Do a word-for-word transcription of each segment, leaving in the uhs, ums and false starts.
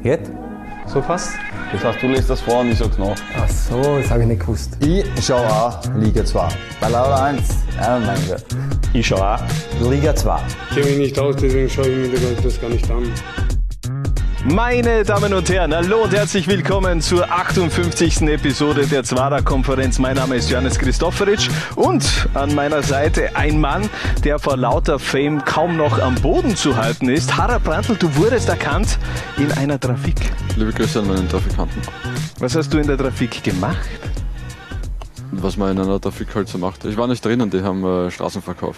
Jetzt? So fast? Das heißt, du lässt das vor und ich sag's nach. Ach so, das habe ich nicht gewusst. Ich schau auch Liga zwei. Bei Laura eins. Ja, mein Gott. Ich schau auch Liga zwei. Ich kenne mich nicht aus, deswegen schaue ich mir das gar nicht an. Meine Damen und Herren, hallo und herzlich willkommen zur achtundfünfzigsten Episode der Zwara-Konferenz. Mein Name ist Johannes Christofferitsch und an meiner Seite ein Mann, der vor lauter Fame kaum noch am Boden zu halten ist. Harald Brandl, du wurdest erkannt in einer Trafik. Liebe Grüße an meinen Trafikanten. Was hast du in der Trafik gemacht? Was man in einer Trafik halt so macht. Ich war nicht drinnen, die haben äh, Straßenverkauf.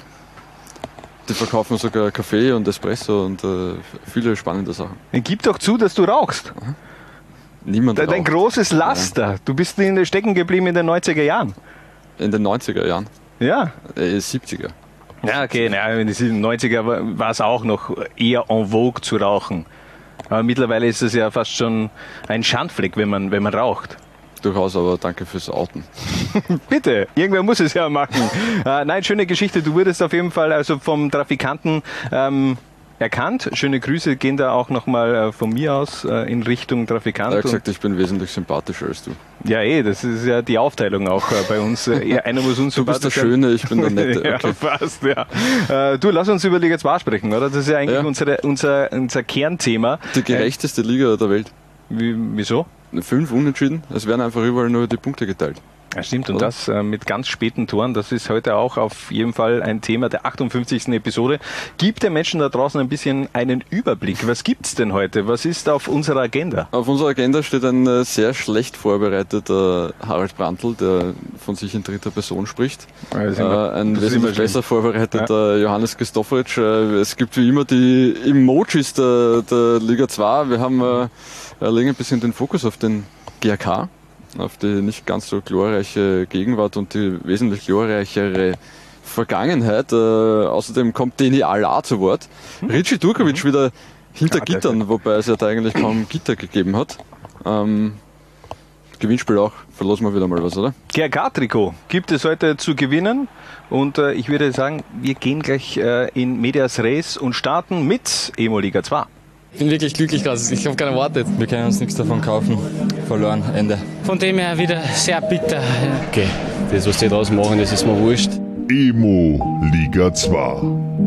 Die verkaufen sogar Kaffee und Espresso und äh, viele spannende Sachen. Gib doch zu, dass du rauchst. Niemand Dein raucht. großes Laster. Ja. Du bist in, stecken geblieben in den neunziger Jahren. In den neunziger Jahren? Ja. Äh, siebziger. Ja, okay. Na, in den neunziger war es auch noch eher en vogue zu rauchen. Aber mittlerweile ist es ja fast schon ein Schandfleck, wenn man, wenn man raucht. Durchaus, aber danke fürs Outen. Bitte, irgendwer muss es ja machen. äh, nein, schöne Geschichte. Du wurdest auf jeden Fall also vom Trafikanten ähm, erkannt. Schöne Grüße gehen da auch nochmal äh, von mir aus äh, in Richtung Trafikant. Er hat gesagt, ich bin wesentlich sympathischer als du. Ja, eh, das ist ja die Aufteilung auch äh, bei uns. Äh, einer muss uns Du bist der Schöne, ich bin der Nette. Okay. Ja, fast, ja. Äh, du, lass uns über Liga zwei sprechen, oder? Das ist ja eigentlich ja. Unsere, unser, unser Kernthema. Die gerechteste Liga der Welt. Wie, wieso? Fünf Unentschieden, es werden einfach überall nur die Punkte geteilt. Ja, stimmt, und das äh, mit ganz späten Toren, das ist heute auch auf jeden Fall ein Thema der achtundfünfzigsten Episode. Gibt den Menschen da draußen ein bisschen einen Überblick. Was gibt's denn heute? Was ist auf unserer Agenda? Auf unserer Agenda steht ein äh, sehr schlecht vorbereiteter Harald Brandl, der von sich in dritter Person spricht. Ja, äh, ein wesentlich besser vorbereiteter ja. Johannes Christofferitsch. Äh, es gibt wie immer die Emojis der, der Liga zwei. Wir haben äh, legen ein bisschen den Fokus auf den G A K, auf die nicht ganz so glorreiche Gegenwart und die wesentlich glorreichere Vergangenheit. Äh, außerdem kommt Deni Ala zu Wort. Richie Turkovic mhm. wieder hinter ja, Gittern, wobei es ja da eigentlich kaum Gitter gegeben hat. Ähm, Gewinnspiel auch, verlosen wir wieder mal was, oder? G A K-Trikot gibt es heute zu gewinnen und äh, ich würde sagen, wir gehen gleich äh, in Medias Res und starten mit Emo Liga zwei. Ich bin wirklich glücklich gerade, ich habe keine Worte. Wir können uns nichts davon kaufen. Verloren, Ende. Von dem her wieder sehr bitter. Okay, das was die draußen machen, das ist mir wurscht. Emo Liga zwei.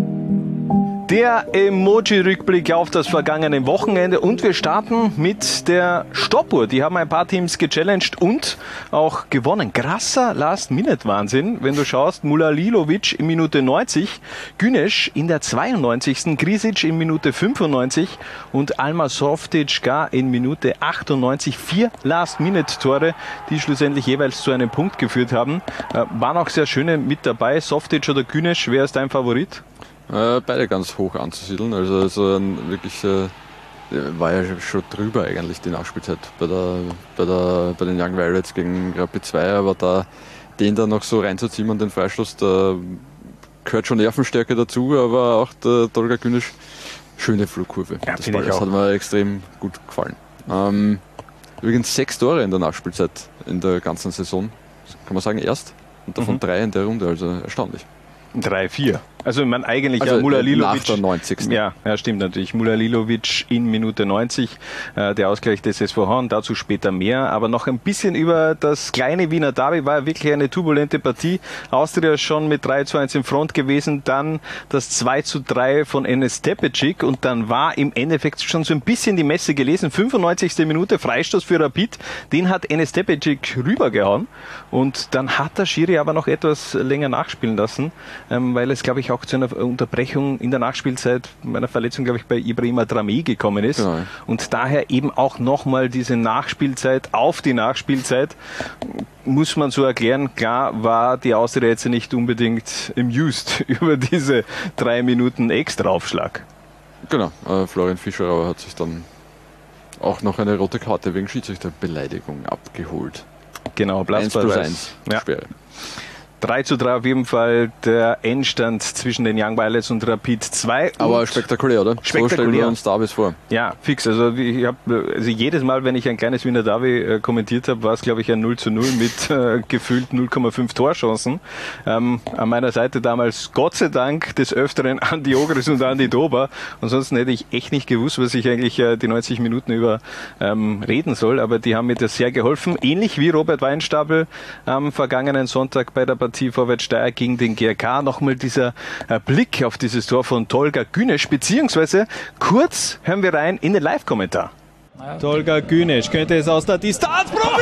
Der Emoji-Rückblick auf das vergangene Wochenende und wir starten mit der Stoppuhr. Die haben ein paar Teams gechallenged und auch gewonnen. Krasser Last-Minute-Wahnsinn, wenn du schaust. Mulalilovic in Minute neunzig, Güneş in der zweiundneunzigsten Grisic in Minute fünfundneunzig und Alma Softic gar in Minute achtundneunzig. Vier Last-Minute-Tore, die schlussendlich jeweils zu einem Punkt geführt haben. Äh, waren auch sehr schöne mit dabei. Softic oder Güneş, wer ist dein Favorit? Äh, beide ganz hoch anzusiedeln, also, also ein wirklich äh, war ja schon drüber eigentlich die Nachspielzeit bei, der, bei, der, bei den Young Violets gegen Rapid zwei, aber da den da noch so reinzuziehen und den Freistoß, da gehört schon Nervenstärke dazu, aber auch der Tolga Güneş, schöne Flugkurve. Ja, das, das hat mir extrem gut gefallen. Ähm, übrigens sechs Tore in der Nachspielzeit in der ganzen Saison, kann man sagen erst, und davon mhm. drei in der Runde, also erstaunlich. drei vier. Also man eigentlich also ja Mulalilovic. Nach der neunzigsten Ja, ja, stimmt natürlich. Mulalilovic in Minute neunzig, äh, der Ausgleich des S V H und dazu später mehr. Aber noch ein bisschen über das kleine Wiener Derby, war wirklich eine turbulente Partie. Austria schon mit drei zu eins in Front gewesen, dann das zwei zu drei von Enes Tepecic und dann war im Endeffekt schon so ein bisschen die Messe gelesen. fünfundneunzigste Minute Freistoß für Rapid, den hat Enes Tepecic rübergehauen und dann hat der Schiri aber noch etwas länger nachspielen lassen, ähm, weil es, glaube ich, auch zu einer Unterbrechung in der Nachspielzeit, meiner Verletzung, glaube ich, bei Ibrahima Dramé gekommen ist. Genau. Und daher eben auch nochmal diese Nachspielzeit auf die Nachspielzeit, muss man so erklären. Klar war die Austria jetzt nicht unbedingt amused über diese drei Minuten Extraaufschlag. Genau, äh, Florian Fischer aber hat sich dann auch noch eine rote Karte wegen Schiedsrichterbeleidigung abgeholt. Genau, Platz eins plus eins ja. Sperre. drei zu drei auf jeden Fall der Endstand zwischen den Young Violets und Rapid zwei. Aber spektakulär, oder? Spektakulär. So stellen wir uns Derbys vor. Ja, fix. Also, ich hab, also jedes Mal, wenn ich ein kleines Wiener Derby äh, kommentiert habe, war es, glaube ich, ein null zu null mit äh, gefühlt null Komma fünf Torchancen. Ähm, an meiner Seite damals Gott sei Dank des Öfteren Andi Ogris und Andi Dober. Ansonsten hätte ich echt nicht gewusst, was ich eigentlich äh, die neunzig Minuten über ähm, reden soll. Aber die haben mir das sehr geholfen. Ähnlich wie Robert Weinstapel am vergangenen Sonntag bei der Partie Vorwärts Steyr gegen den G R K. Nochmal dieser äh, Blick auf dieses Tor von Tolga Günesch, beziehungsweise kurz hören wir rein in den Live-Kommentar. Ja. Tolga Günesch könnte es aus der Distanz probieren!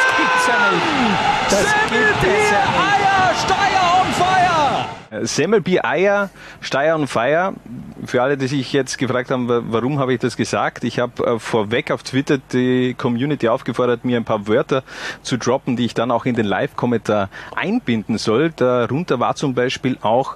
Das gibt's ja nicht. Eier, Steyr on fire! Semmelbier Eier, Steyr on fire. Für alle, die sich jetzt gefragt haben, warum habe ich das gesagt? Ich habe äh, vorweg auf Twitter die Community aufgefordert, mir ein paar Wörter zu droppen, die ich dann auch in den Live-Kommentar einbinden soll. Darunter war zum Beispiel auch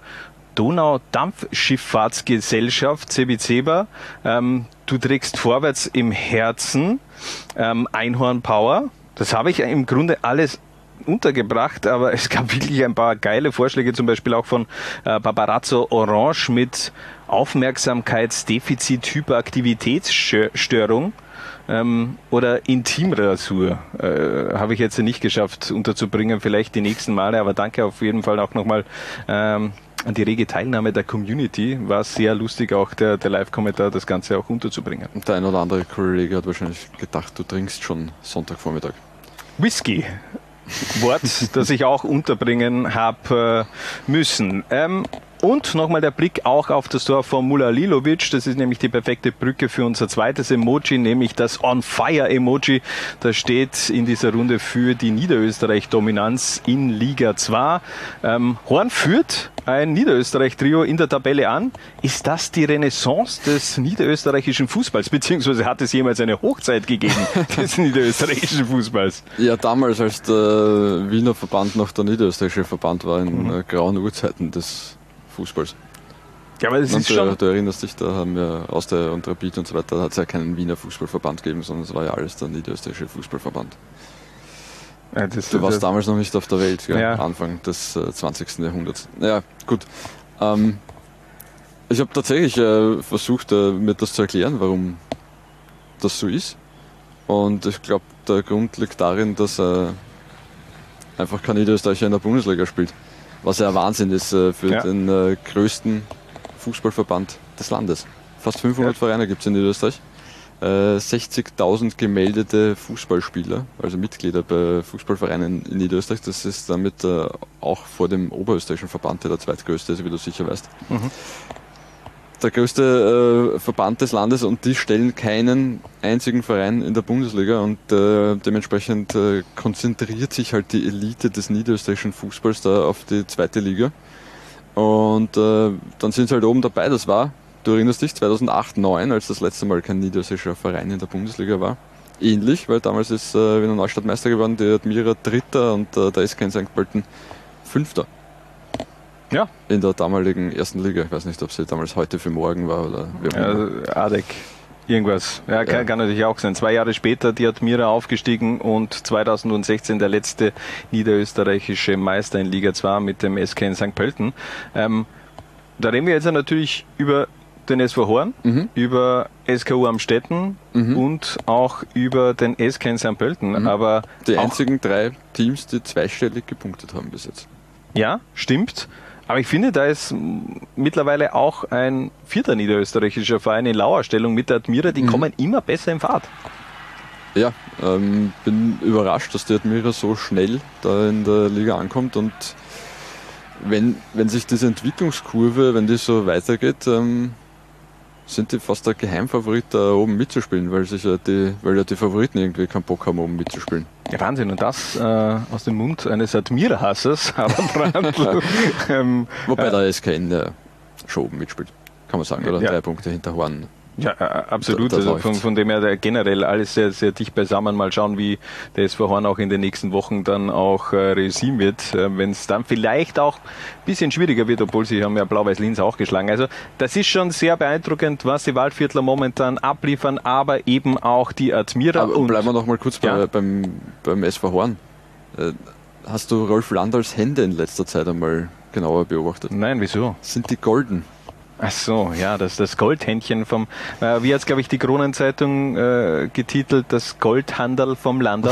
Donau-Dampfschifffahrtsgesellschaft, C B C B A. Ähm, du trägst vorwärts im Herzen, ähm, Einhorn Power. Das habe ich im Grunde alles untergebracht, aber es gab wirklich ein paar geile Vorschläge, zum Beispiel auch von äh, Paparazzo Orange mit Aufmerksamkeitsdefizit, Hyperaktivitätsstörung ähm, oder Intimrasur. Äh, habe ich jetzt nicht geschafft unterzubringen, vielleicht die nächsten Male, aber danke auf jeden Fall auch nochmal ähm, an die rege Teilnahme der Community. War sehr lustig, auch der, der Live-Kommentar, das Ganze auch unterzubringen. Und der ein oder andere Kollege hat wahrscheinlich gedacht, du trinkst schon Sonntagvormittag. Whisky. Wort, das ich auch unterbringen habe äh, müssen. Ähm, und nochmal der Blick auch auf das Tor von Mula Lilovic. Das ist nämlich die perfekte Brücke für unser zweites Emoji, nämlich das On-Fire-Emoji. Das steht in dieser Runde für die Niederösterreich-Dominanz in Liga zwei. Ähm, Horn führt ein Niederösterreich-Trio in der Tabelle an. Ist das die Renaissance des niederösterreichischen Fußballs? Beziehungsweise hat es jemals eine Hochzeit gegeben des niederösterreichischen Fußballs? Ja, damals, als der Wiener Verband noch der niederösterreichische Verband war, in mhm. äh, grauen Urzeiten des Fußballs. Ja, aber das und ist du, schon... Du erinnerst dich, da haben wir aus der und Rapid und so weiter, da hat es ja keinen Wiener Fußballverband gegeben, sondern es war ja alles der niederösterreichische Fußballverband. Ja, das, du warst das, damals noch nicht auf der Welt, gell? Ja. Anfang des äh, zwanzigsten Jahrhunderts. Ja, gut. Ähm, ich habe tatsächlich äh, versucht, äh, mir das zu erklären, warum das so ist. Und ich glaube, der Grund liegt darin, dass äh, einfach kein Niederösterreicher in der Bundesliga spielt. Was ja Wahnsinn ist äh, für ja. den äh, größten Fußballverband des Landes. Fast fünfhundert ja. Vereine gibt es in Niederösterreich. Äh, sechzigtausend gemeldete Fußballspieler, also Mitglieder bei Fußballvereinen in Niederösterreich. Das ist damit äh, auch vor dem oberösterreichischen Verband, der der zweitgrößte ist, wie du sicher weißt. Mhm. Der größte äh, Verband des Landes, und die stellen keinen einzigen Verein in der Bundesliga, und äh, dementsprechend äh, konzentriert sich halt die Elite des niederösterreichischen Fußballs da auf die zweite Liga. Und äh, dann sind sie halt oben dabei. Das war, du erinnerst dich, zweitausendacht neun, als das letzte Mal kein niederösterreichischer Verein in der Bundesliga war. Ähnlich, weil damals ist äh, Wiener Neustadt Meister geworden, die Admira Dritter und äh, der S K in Sankt Pölten Fünfter. Ja. In der damaligen ersten Liga. Ich weiß nicht, ob sie damals heute für morgen war oder wie auch immer. Ja, Adek. Irgendwas. Ja, kann, ja. kann natürlich auch sein. Zwei Jahre später die Admira aufgestiegen und zweitausendsechzehn der letzte niederösterreichische Meister in Liga zwei mit dem S K in Sankt Pölten. Ähm, da reden wir jetzt natürlich über den S V Horn, mhm. über S K U Amstetten mhm. und auch über den S K in Sankt Pölten. Mhm. Aber die einzigen drei Teams, die zweistellig gepunktet haben bis jetzt. Ja, stimmt. Aber ich finde, da ist mittlerweile auch ein vierter niederösterreichischer Verein in Lauerstellung mit der Admira, die mhm. kommen immer besser in Fahrt. Ja, ähm, bin überrascht, dass die Admira so schnell da in der Liga ankommt, und wenn, wenn sich diese Entwicklungskurve, wenn die so weitergeht, ähm, sind die fast der Geheimfavorit, da oben mitzuspielen, weil sich ja die, weil ja die Favoriten irgendwie keinen Bock haben, oben mitzuspielen. Ja, Wahnsinn. Und das äh, aus dem Mund eines Admira-Hassers, aber Brandl. ähm, Wobei äh, der S K in der schon oben mitspielt, kann man sagen, oder? Ja. Drei Punkte hinter Horn. Ja, absolut. Da, also von, von dem her generell alles sehr, sehr dicht beisammen. Mal schauen, wie der S V Horn auch in den nächsten Wochen dann auch äh, realisieren wird, äh, wenn es dann vielleicht auch ein bisschen schwieriger wird, obwohl sie haben ja Blau-Weiß-Linz auch geschlagen. Also das ist schon sehr beeindruckend, was die Waldviertler momentan abliefern, aber eben auch die Admira. Aber und bleiben wir noch mal kurz bei, ja. beim, beim S V Horn. Äh, hast du Rolf Landals Hände in letzter Zeit einmal genauer beobachtet? Nein, wieso? Sind die golden? Ach so, ja, das, das Goldhändchen vom, äh, wie hat es, glaube ich, die Kronenzeitung äh, getitelt, das Goldhandel vom Landal.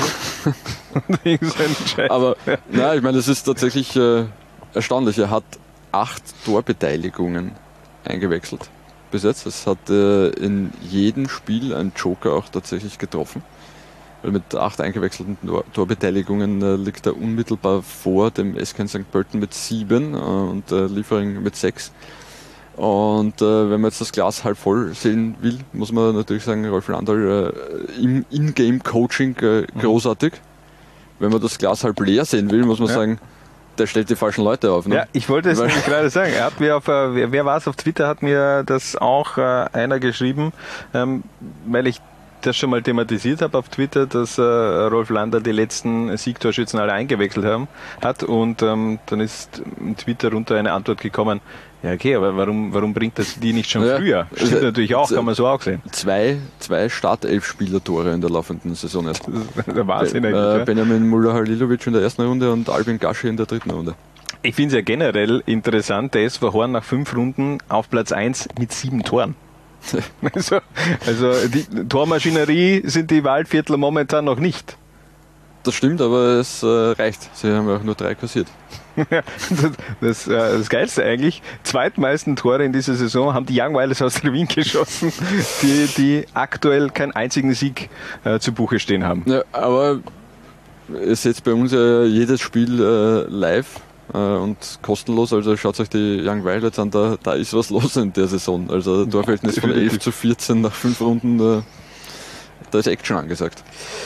Aber, na, ich meine, das ist tatsächlich äh, erstaunlich. Er hat acht Torbeteiligungen eingewechselt bis jetzt. Es hat äh, in jedem Spiel ein Joker auch tatsächlich getroffen. Weil mit acht eingewechselten Tor- Torbeteiligungen äh, liegt er unmittelbar vor dem S K Sankt Pölten mit sieben äh, und äh, Liefering mit sechs. Und äh, wenn man jetzt das Glas halb voll sehen will, muss man natürlich sagen, Rolf Landal äh, im In-Game-Coaching äh, großartig. Mhm. Wenn man das Glas halb leer sehen will, muss man ja. sagen, der stellt die falschen Leute auf. Ne? Ja, ich wollte es nämlich gerade sagen. Er hat mir auf, äh, wer, wer war es auf Twitter, hat mir das auch äh, einer geschrieben, ähm, weil ich das schon mal thematisiert habe auf Twitter, dass äh, Rolf Landal die letzten Siegtorschützen alle eingewechselt haben, hat und ähm, dann ist im Twitter runter eine Antwort gekommen, ja okay, aber warum, warum bringt das die nicht schon ja, früher? Stimmt also, natürlich auch, kann man so auch sehen. Zwei, zwei Startelf-Spieler-Tore in der laufenden Saison erst. Das ist der Wahnsinn Be- eigentlich. äh, ja. Benjamin Muller-Halilovic in der ersten Runde und Albin Gaschi in der dritten Runde. Ich finde es ja generell interessant, der S V Horn nach fünf Runden auf Platz eins mit sieben Toren. Also, also die Tormaschinerie sind die Waldviertler momentan noch nicht. Das stimmt, aber es äh, reicht. Sie haben auch nur drei kassiert. das, das, äh, das Geilste eigentlich, zweitmeisten Tore in dieser Saison haben die Young Wilders aus der Wien geschossen, die, die aktuell keinen einzigen Sieg äh, zu Buche stehen haben. Ja, aber ihr seht bei uns ja jedes Spiel äh, live äh, und kostenlos, also schaut euch die Young Wilders an, da, da ist was los in der Saison. Also Torverhältnis von elf zu vierzehn nach fünf Runden, äh, da ist Action angesagt.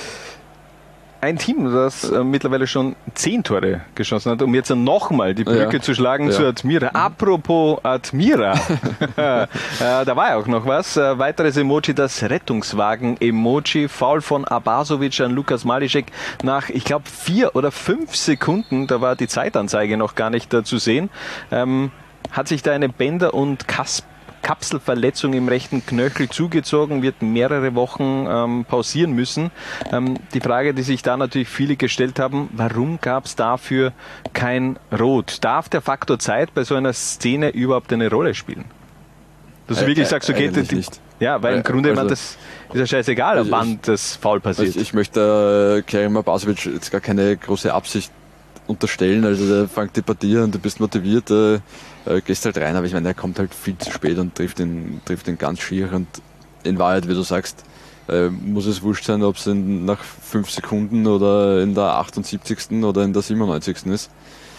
Ein Team, das äh, mittlerweile schon zehn Tore geschossen hat, um jetzt nochmal die Brücke ja. zu schlagen ja. zu Admira. Apropos Admira, äh, da war ja auch noch was. Äh, weiteres Emoji, das Rettungswagen-Emoji. Foul von Abasovic an Lukas Mališek nach, ich glaube, vier oder fünf Sekunden, da war die Zeitanzeige noch gar nicht äh, zu sehen, ähm, hat sich da eine Bänder- und Kasp Kapselverletzung im rechten Knöchel zugezogen, wird mehrere Wochen ähm, pausieren müssen. Ähm, die Frage, die sich da natürlich viele gestellt haben, warum gab es dafür kein Rot? Darf der Faktor Zeit bei so einer Szene überhaupt eine Rolle spielen? Dass du wirklich sagst, so geht es nicht. Ja, weil im Grunde, also, man, das ist ja scheißegal, also wann ich, das Foul passiert. Also ich möchte äh, Kerim Abasovic jetzt gar keine große Absicht unterstellen, also der fängt die Partie und du bist motiviert, äh, äh, gehst halt rein, aber ich meine, er kommt halt viel zu spät und trifft ihn, trifft ihn ganz schier und in Wahrheit, wie du sagst, äh, muss es wurscht sein, ob es nach fünf Sekunden oder in der achtundsiebzigsten oder in der siebenundneunzigsten ist.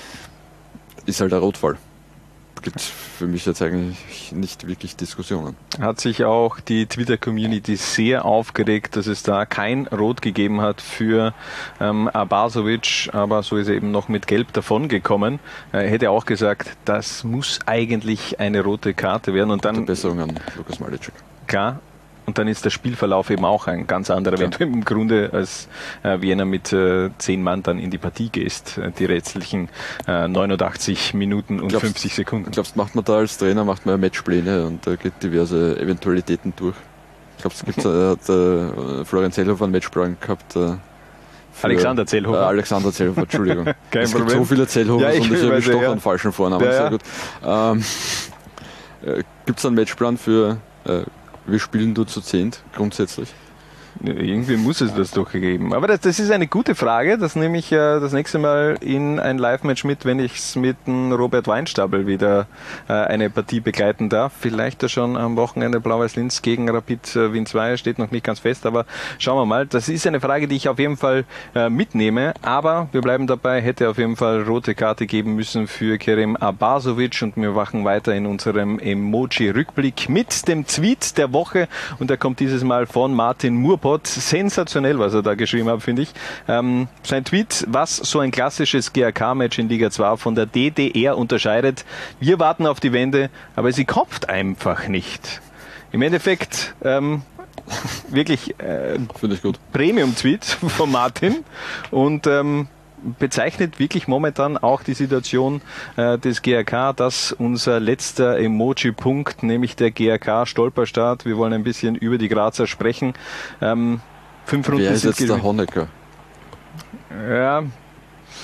Ist halt ein Rotfall. Gibt für mich jetzt eigentlich nicht wirklich Diskussionen. Hat sich auch die Twitter-Community sehr aufgeregt, dass es da kein Rot gegeben hat für ähm, Abasovic, aber so ist er eben noch mit Gelb davongekommen. Er hätte auch gesagt, das muss eigentlich eine rote Karte werden. Und dann Gute Besserung an Lukas Mališek. Klar. Und dann ist der Spielverlauf eben auch ein ganz anderer, ja. wenn du im Grunde als äh, Wiener mit äh, zehn Mann dann in die Partie gehst, äh, die restlichen äh, neunundachtzig Minuten und glaubst, fünfzig Sekunden. Glaubst, macht man da als Trainer, macht man Matchpläne und da äh, geht diverse Eventualitäten durch. Ich glaube, es gibt, äh, hat äh, Florian Zellhofer einen Matchplan gehabt. Äh, Alexander Zellhofer. Äh, Alexander Zellhofer, Entschuldigung. Kein es Problem. gibt so viele Zellhofers ja, ich und ich habe doch ja. einen falschen Vornamen. Ja, ja. Sehr gut. Ähm, äh, gibt es einen Matchplan für äh, wir spielen nur zu zehnt, grundsätzlich? Irgendwie muss es das doch geben. Aber das, das ist eine gute Frage. Das nehme ich äh, das nächste Mal in ein Live-Match mit, wenn ich es mit dem Robert Weinstabel wieder äh, eine Partie begleiten darf. Vielleicht schon am Wochenende Blau-Weiß-Linz gegen Rapid äh, Wien zwei. Steht noch nicht ganz fest, aber schauen wir mal. Das ist eine Frage, die ich auf jeden Fall äh, mitnehme. Aber wir bleiben dabei. Hätte auf jeden Fall rote Karte geben müssen für Kerim Abasovic. Und wir wachen weiter in unserem Emoji-Rückblick mit dem Tweet der Woche. Und der kommt dieses Mal von Martin Murpott. Sensationell, was er da geschrieben hat, finde ich. Ähm, sein Tweet, was so ein klassisches G A K-Match in Liga zwei von der D D R unterscheidet. Wir warten auf die Wende, aber sie kommt einfach nicht. Im Endeffekt ähm, wirklich äh, finde ich gut. Premium-Tweet von Martin und ähm, bezeichnet wirklich momentan auch die Situation äh, des G A K, dass unser letzter Emoji-Punkt, nämlich der G A K-Stolperstart, wir wollen ein bisschen über die Grazer sprechen. Ähm, fünf Runden Wer ist sind jetzt der Honecker? Ja,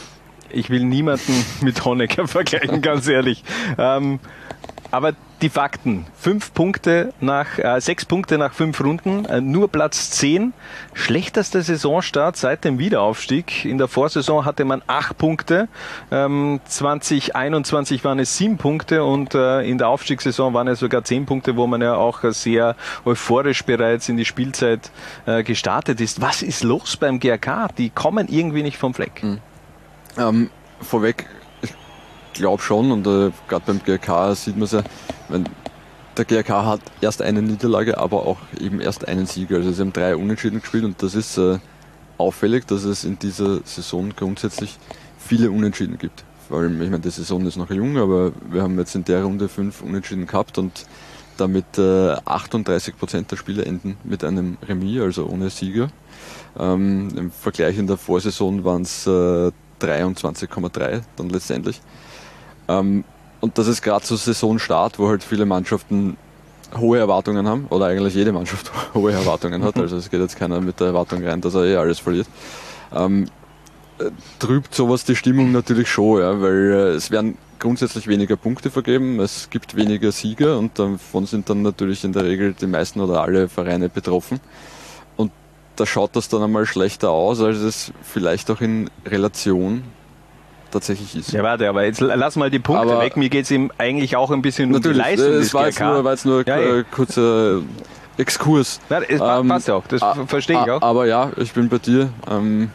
Ich will niemanden mit Honecker vergleichen, ganz ehrlich. Ähm, aber die Fakten. Fünf Punkte nach, äh, sechs Punkte nach fünf Runden, äh, nur Platz zehn. Schlechtester Saisonstart seit dem Wiederaufstieg. In der Vorsaison hatte man acht Punkte. Ähm, zwanzig einundzwanzig waren es sieben Punkte und äh, in der Aufstiegssaison waren es sogar zehn Punkte, wo man ja auch sehr euphorisch bereits in die Spielzeit äh, gestartet ist. Was ist los beim G R K? Die kommen irgendwie nicht vom Fleck. Mhm. Ähm, vorweg, ich glaube schon, und äh, gerade beim G R K sieht man es ja, wenn der G R K hat erst eine Niederlage, aber auch eben erst einen Sieg. Also sie haben drei Unentschieden gespielt und das ist äh, auffällig, dass es in dieser Saison grundsätzlich viele Unentschieden gibt. Vor allem, ich meine, die Saison ist noch jung, aber wir haben jetzt in der Runde fünf Unentschieden gehabt und damit äh, achtunddreißig Prozent der Spiele enden mit einem Remis, also ohne Sieger. Ähm, im Vergleich in der Vorsaison waren es äh, dreiundzwanzig Komma drei dann letztendlich. Ähm, und das ist gerade zu Saisonstart, wo halt viele Mannschaften hohe Erwartungen haben, oder eigentlich jede Mannschaft hohe Erwartungen hat, also es geht jetzt keiner mit der Erwartung rein, dass er eh alles verliert. Ähm, trübt sowas die Stimmung natürlich schon, ja, weil äh, es werden grundsätzlich weniger Punkte vergeben, es gibt weniger Sieger und davon sind dann natürlich in der Regel die meisten oder alle Vereine betroffen. Und da schaut das dann einmal schlechter aus, als es vielleicht auch in Relation tatsächlich ist. Ja, warte, aber jetzt lass mal die Punkte aber weg. Mir geht es ihm eigentlich auch ein bisschen um die Leistung äh, des war G R jetzt K. Nur, war jetzt nur ein ja, äh, kurzer Exkurs. Ja, es ähm, passt ja auch, das äh, verstehe ich auch. Aber ja, ich bin bei dir. Ähm,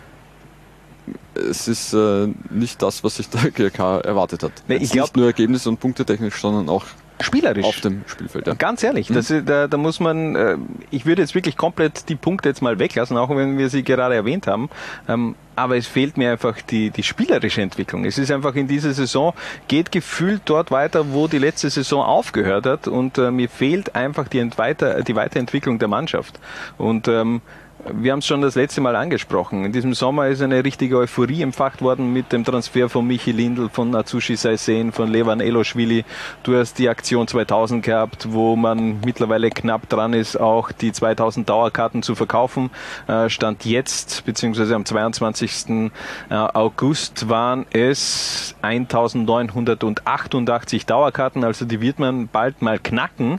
es ist äh, nicht das, was sich der G R K erwartet hat. Nee, ich glaub, nicht nur Ergebnis- und punktetechnisch, sondern auch spielerisch auf dem Spielfeld. Ja. Ganz ehrlich, mhm. das, da, da muss man, äh, ich würde jetzt wirklich komplett die Punkte jetzt mal weglassen, auch wenn wir sie gerade erwähnt haben. Ähm, aber es fehlt mir einfach die, die spielerische Entwicklung. Es ist einfach in dieser Saison, geht gefühlt dort weiter, wo die letzte Saison aufgehört hat und äh, mir fehlt einfach die, Entweiter, die Weiterentwicklung der Mannschaft. Und ähm, wir haben es schon das letzte Mal angesprochen. In diesem Sommer ist eine richtige Euphorie empfacht worden mit dem Transfer von Michi Lindl, von Atsushi Saisen, von Levan Eloshvili. Du hast die Aktion zweitausend gehabt, wo man mittlerweile knapp dran ist, auch die zweitausend Dauerkarten zu verkaufen. Stand jetzt, beziehungsweise am zweiundzwanzigsten August waren es eintausendneunhundertachtundachtzig Dauerkarten, also die wird man bald mal knacken.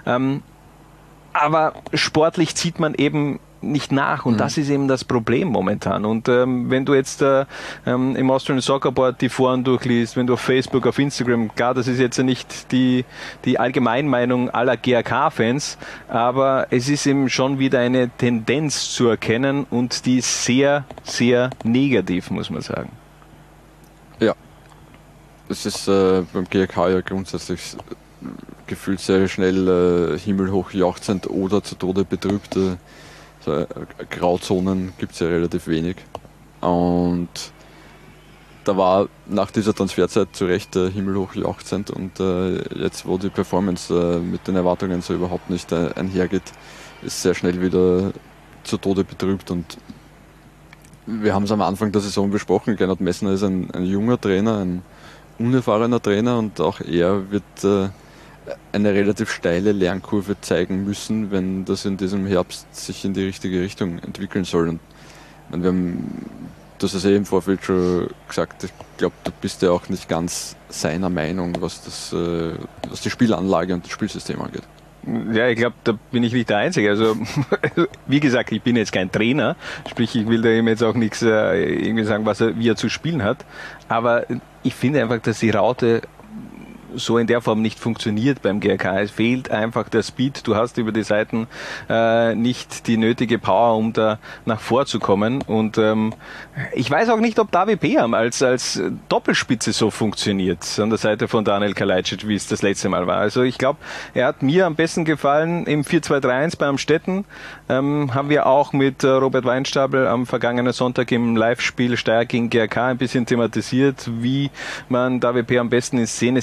Aber sportlich zieht man eben nicht nach und mhm. das ist eben das Problem momentan. Und ähm, wenn du jetzt äh, ähm, im Austrian Soccer Board die Foren durchliest, wenn du auf Facebook, auf Instagram, klar, das ist jetzt nicht die, die Allgemeinmeinung aller G R K-Fans, aber es ist eben schon wieder eine Tendenz zu erkennen und die ist sehr, sehr negativ, muss man sagen. Ja, es ist äh, beim G R K ja grundsätzlich gefühlt sehr schnell äh, himmelhoch jauchzend oder zu Tode betrübt. Äh, so, äh, Grauzonen gibt es ja relativ wenig. Und da war nach dieser Transferzeit zu Recht äh, himmelhoch jauchzend und äh, jetzt, wo die Performance äh, mit den Erwartungen so überhaupt nicht äh, einhergeht, ist sehr schnell wieder zu Tode betrübt. Und wir haben es am Anfang der Saison besprochen, Gernot Messner ist ein, ein junger Trainer, ein unerfahrener Trainer und auch er wird äh, eine relativ steile Lernkurve zeigen müssen, wenn das in diesem Herbst sich in die richtige Richtung entwickeln soll. Und wir haben, du hast es eh im Vorfeld schon gesagt, ich glaube, du bist ja auch nicht ganz seiner Meinung, was, das, was die Spielanlage und das Spielsystem angeht. Ja, ich glaube, da bin ich nicht der Einzige. Also, wie gesagt, ich bin jetzt kein Trainer, sprich, ich will da ihm jetzt auch nichts äh, irgendwie sagen, was er, wie er zu spielen hat. Aber ich finde einfach, dass die Raute so in der Form nicht funktioniert beim G R K. Es fehlt einfach der Speed. Du hast über die Seiten äh, nicht die nötige Power, um da nach vorzukommen. Und ähm, ich weiß auch nicht, ob David Beham als, als Doppelspitze so funktioniert an der Seite von Daniel Kalajdzic, wie es das letzte Mal war. Also ich glaube, er hat mir am besten gefallen im vier zwei drei eins bei Amstetten. Ähm, haben wir auch mit äh, Robert Weinstabel am vergangenen Sonntag im Live-Spiel Steyr gegen G R K ein bisschen thematisiert, wie man David Beham am besten in Szene setzen kann.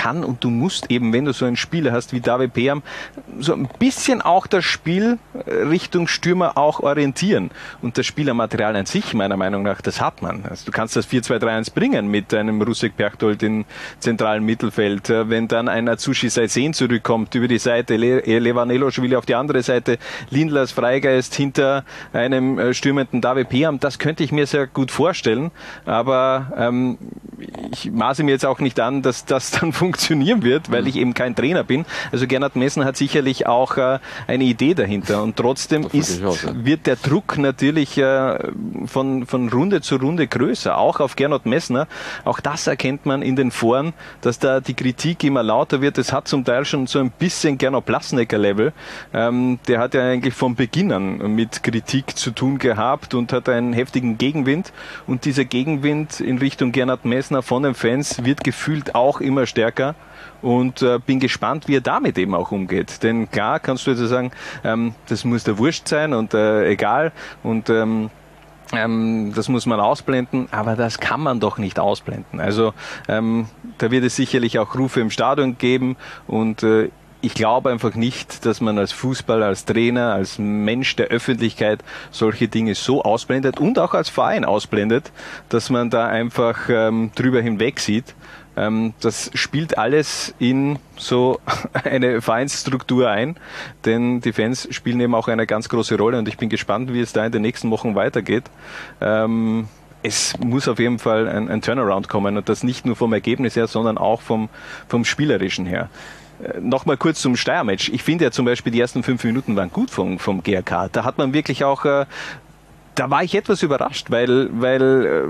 kann und du musst eben, wenn du so einen Spieler hast wie David Perm, so ein bisschen auch das Spiel Richtung Stürmer auch orientieren. Und das Spielermaterial an sich, meiner Meinung nach, das hat man. Also du kannst das vier zwei drei eins bringen mit einem Rusek Berchtold im zentralen Mittelfeld. Wenn dann ein Atsushi Saisen zurückkommt über die Seite, Le- Levan Eloschwili auf die andere Seite, Lindlers Freigeist hinter einem stürmenden David Perm, das könnte ich mir sehr gut vorstellen. Aber ähm, ich maße mir jetzt auch nicht an, dass das dann funktionieren wird, weil ich eben kein Trainer bin. Also Gernot Messner hat sicherlich auch äh, eine Idee dahinter. Und trotzdem ist, auch, ja. wird der Druck natürlich äh, von, von Runde zu Runde größer, auch auf Gernot Messner. Auch das erkennt man in den Foren, dass da die Kritik immer lauter wird. Es hat zum Teil schon so ein bisschen Gernot Plasnecker-Level. Ähm, der hat ja eigentlich von Beginn an mit Kritik zu tun gehabt und hat einen heftigen Gegenwind. Und dieser Gegenwind in Richtung Gernot Messner von den Fans wird gefühlt auch immer stärker. Und äh, bin gespannt, wie er damit eben auch umgeht. Denn klar kannst du jetzt sagen, ähm, das muss der Wurscht sein und äh, egal und ähm, ähm, das muss man ausblenden, aber das kann man doch nicht ausblenden. Also ähm, da wird es sicherlich auch Rufe im Stadion geben und äh, ich glaube einfach nicht, dass man als Fußballer, als Trainer, als Mensch der Öffentlichkeit solche Dinge so ausblendet und auch als Verein ausblendet, dass man da einfach ähm, drüber hinweg sieht. Ähm, das spielt alles in so eine Vereinsstruktur ein, denn die Fans spielen eben auch eine ganz große Rolle und ich bin gespannt, wie es da in den nächsten Wochen weitergeht. Ähm, es muss auf jeden Fall ein, ein Turnaround kommen und das nicht nur vom Ergebnis her, sondern auch vom, vom Spielerischen her. Nochmal kurz zum Steyr-Match. Ich finde ja zum Beispiel, die ersten fünf Minuten waren gut vom, vom G A K. Da hat man wirklich auch, äh, da war ich etwas überrascht, weil, weil äh,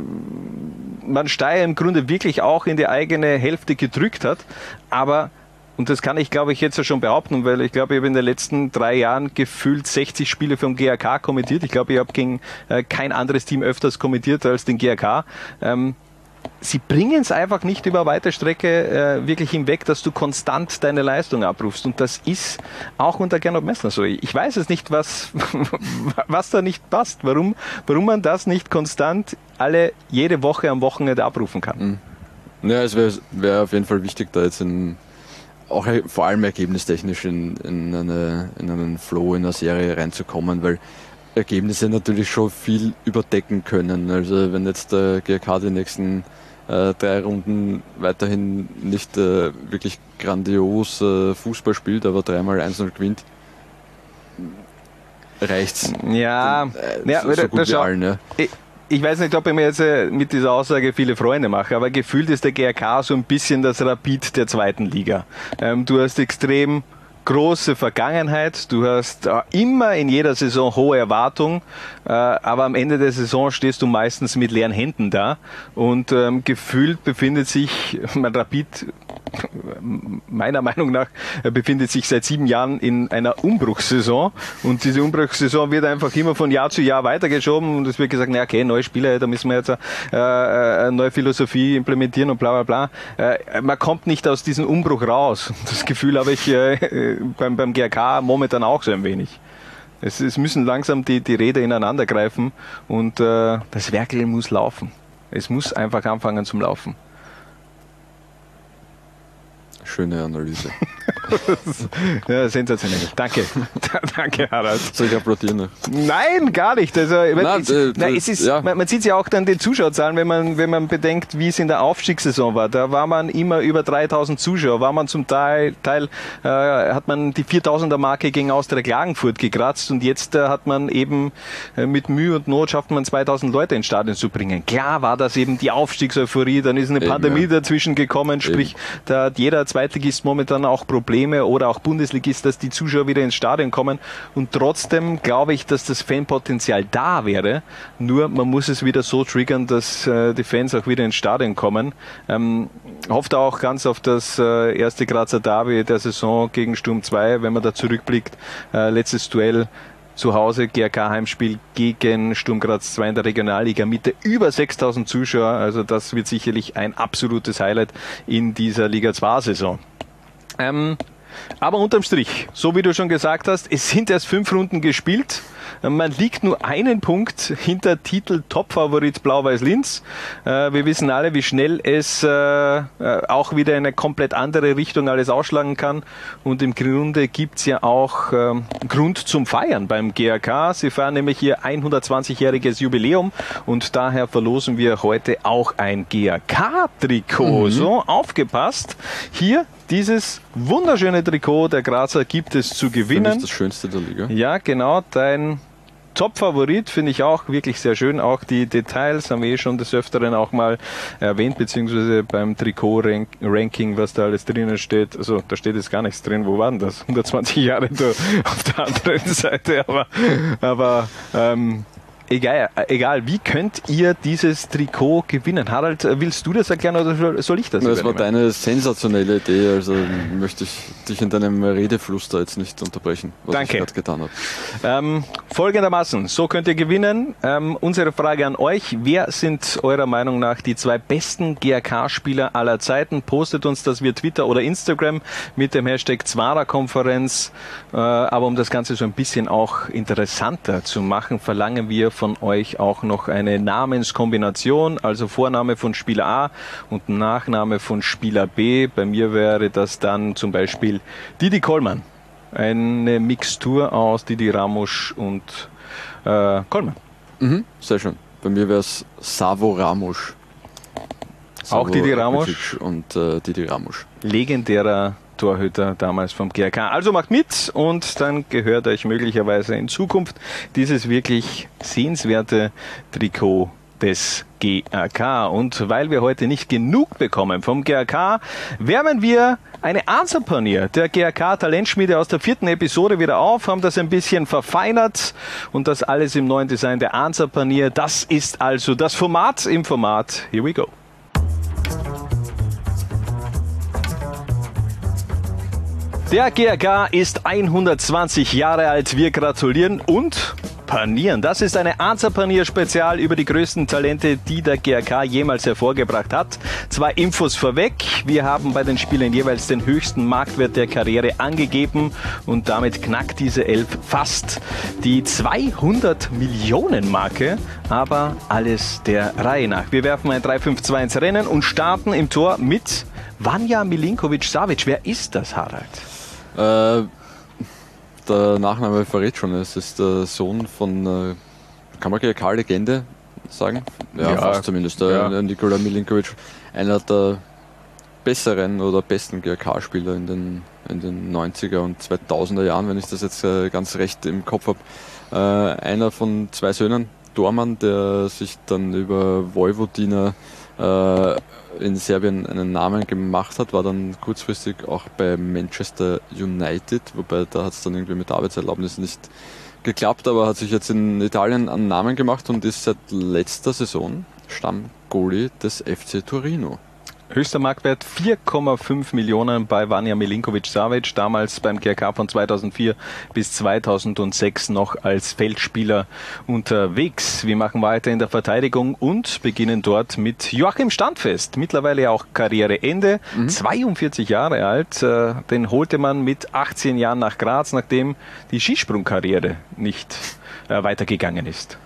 man Steyr im Grunde wirklich auch in die eigene Hälfte gedrückt hat. Aber, und das kann ich glaube ich jetzt ja schon behaupten, weil ich glaube, ich habe in den letzten drei Jahren gefühlt sechzig Spiele vom G A K kommentiert. Ich glaube, ich habe gegen äh, kein anderes Team öfters kommentiert als den G A K. Ähm, Sie bringen es einfach nicht über weite Strecke äh, wirklich hinweg, dass du konstant deine Leistung abrufst. Und das ist auch unter Gernot Messner so. Ich weiß es nicht, was, was da nicht passt. Warum, warum man das nicht konstant alle jede Woche am Wochenende abrufen kann. Mhm. Ja, es wäre wär auf jeden Fall wichtig, da jetzt in, auch vor allem ergebnistechnisch in, in, eine, in einen Flow, in eine Serie reinzukommen, weil Ergebnisse natürlich schon viel überdecken können. Also wenn jetzt der G A K die nächsten äh, drei Runden weiterhin nicht äh, wirklich grandios äh, Fußball spielt, aber dreimal eins null gewinnt, reicht's. Ja, Dann, äh, ja so, so gut das wie allen, ja. Ich, ich weiß nicht, ob ich mir jetzt äh, mit dieser Aussage viele Freunde mache, aber gefühlt ist der G A K so ein bisschen das Rapid der zweiten Liga. Ähm, du hast extrem große Vergangenheit, du hast äh, immer in jeder Saison hohe Erwartungen, äh, aber am Ende der Saison stehst du meistens mit leeren Händen da und ähm, gefühlt befindet sich mein Rapid meiner Meinung nach befindet sich seit sieben Jahren in einer Umbruchssaison und diese Umbruchssaison wird einfach immer von Jahr zu Jahr weitergeschoben und es wird gesagt, na okay, neue Spieler, da müssen wir jetzt äh, eine neue Philosophie implementieren und bla bla bla. Äh, man kommt nicht aus diesem Umbruch raus. Das Gefühl habe ich äh, beim, beim G A K momentan auch so ein wenig. Es, es müssen langsam die, die Räder ineinander greifen und äh, das Werkel muss laufen. Es muss einfach anfangen zum Laufen. Schöne Analyse. Ja, sensationell. Danke. Danke, Harald. Soll ich applaudieren? Nein, gar nicht. Also, Nein, es, äh, na, es ist, ja. man, man sieht ja auch dann den Zuschauerzahlen, wenn man, wenn man bedenkt, wie es in der Aufstiegssaison war. Da war man immer über dreitausend Zuschauer, war man zum Teil, Teil äh, hat man die viertausender Marke gegen Austria Klagenfurt gekratzt und jetzt äh, hat man eben äh, mit Mühe und Not schafft man zweitausend Leute ins Stadion zu bringen. Klar war das eben die Aufstiegseuphorie, dann ist eine eben, Pandemie ja. dazwischen gekommen, sprich, eben. Da hat jeder Zweitligist momentan auch Probleme oder auch Bundesligist, dass die Zuschauer wieder ins Stadion kommen und trotzdem glaube ich, dass das Fanpotenzial da wäre, nur man muss es wieder so triggern, dass äh, die Fans auch wieder ins Stadion kommen. Ähm, hofft auch ganz auf das äh, erste Grazer Derby der Saison gegen Sturm zwei, wenn man da zurückblickt, äh, letztes Duell zu Hause, G A K Heimspiel gegen Sturm Graz zwei in der Regionalliga Mitte, über sechstausend Zuschauer, also das wird sicherlich ein absolutes Highlight in dieser Liga zwei Saison. Ähm, aber unterm Strich, so wie du schon gesagt hast, es sind erst fünf Runden gespielt. Man liegt nur einen Punkt hinter Titel Topfavorit Blau-Weiß Linz. Äh, wir wissen alle, wie schnell es äh, auch wieder in eine komplett andere Richtung alles ausschlagen kann. Und im Grunde gibt es ja auch äh, Grund zum Feiern beim G A K. Sie feiern nämlich ihr hundertzwanzigjähriges Jubiläum und daher verlosen wir heute auch ein G A K-Trikot. Mhm. So, aufgepasst. Hier dieses wunderschöne Trikot der Grazer gibt es zu gewinnen. Für mich das Schönste der Liga. Ja, genau. Dein Top-Favorit finde ich auch wirklich sehr schön. Auch die Details haben wir eh schon des Öfteren auch mal erwähnt, beziehungsweise beim Trikot-Ranking, was da alles drinnen steht. Also da steht jetzt gar nichts drin. Wo waren das? hundertzwanzig Jahre da auf der anderen Seite. Aber, aber ähm, Egal, egal, wie könnt ihr dieses Trikot gewinnen? Harald, willst du das erklären oder soll ich das? Das war deine sensationelle Idee, also möchte ich dich in deinem Redefluss da jetzt nicht unterbrechen, was Danke. ich gerade getan habe. Ähm, folgendermaßen, so könnt ihr gewinnen. Ähm, unsere Frage an euch, wer sind eurer Meinung nach die zwei besten G A K-Spieler aller Zeiten? Postet uns das via Twitter oder Instagram mit dem Hashtag Zwara-Konferenz. Äh, aber um das Ganze so ein bisschen auch interessanter zu machen, verlangen wir von euch auch noch eine Namenskombination, also Vorname von Spieler A und Nachname von Spieler B. Bei mir wäre das dann zum Beispiel Didi Kollmann. Eine Mixtur aus Didi Ramos und äh, Kollmann. Mhm, sehr schön. Bei mir wäre es Savo Ramos. Savo auch Didi Ramos und äh, Didi Ramos. Legendärer Torhüter damals vom G A K. Also macht mit und dann gehört euch möglicherweise in Zukunft dieses wirklich sehenswerte Trikot des G A K. Und weil wir heute nicht genug bekommen vom G A K, wärmen wir eine Answerpanier der G A K Talentschmiede aus der vierten Episode wieder auf, haben das ein bisschen verfeinert und das alles im neuen Design der Answerpanier. Das ist also das Format im Format. Here we go. Der G A K ist hundertzwanzig Jahre alt. Wir gratulieren und panieren. Das ist eine Answer-Panier-Spezial über die größten Talente, die der G A K jemals hervorgebracht hat. Zwei Infos vorweg. Wir haben bei den Spielern jeweils den höchsten Marktwert der Karriere angegeben und damit knackt diese Elf fast die zweihundert Millionen Marke. Aber alles der Reihe nach. Wir werfen ein drei fünf zwei ins Rennen und starten im Tor mit Vanja Milinković-Savić. Wer ist das, Harald? Äh, der Nachname verrät schon, es ist der Sohn von, äh, kann man G A K-Legende sagen? Ja, ja, fast zumindest. Ja. Der Nikola Milinković, einer der besseren oder besten G A K-Spieler in den, in den neunziger und zweitausender Jahren, wenn ich das jetzt äh, ganz recht im Kopf habe. Äh, einer von zwei Söhnen, Dorman, der sich dann über Vojvodina äh, in Serbien einen Namen gemacht hat, war dann kurzfristig auch bei Manchester United, wobei da hat es dann irgendwie mit Arbeitserlaubnis nicht geklappt, aber hat sich jetzt in Italien einen Namen gemacht und ist seit letzter Saison Stammgoalie des F C Torino. Höchster Marktwert vier Komma fünf Millionen bei Vanja Milinković-Savić, damals beim G A K von zweitausendvier bis zweitausendsechs noch als Feldspieler unterwegs. Wir machen weiter in der Verteidigung und beginnen dort mit Joachim Standfest, mittlerweile auch Karriereende, mhm. zweiundvierzig Jahre alt. Den holte man mit achtzehn Jahren nach Graz, nachdem die Skisprungkarriere nicht weitergegangen ist.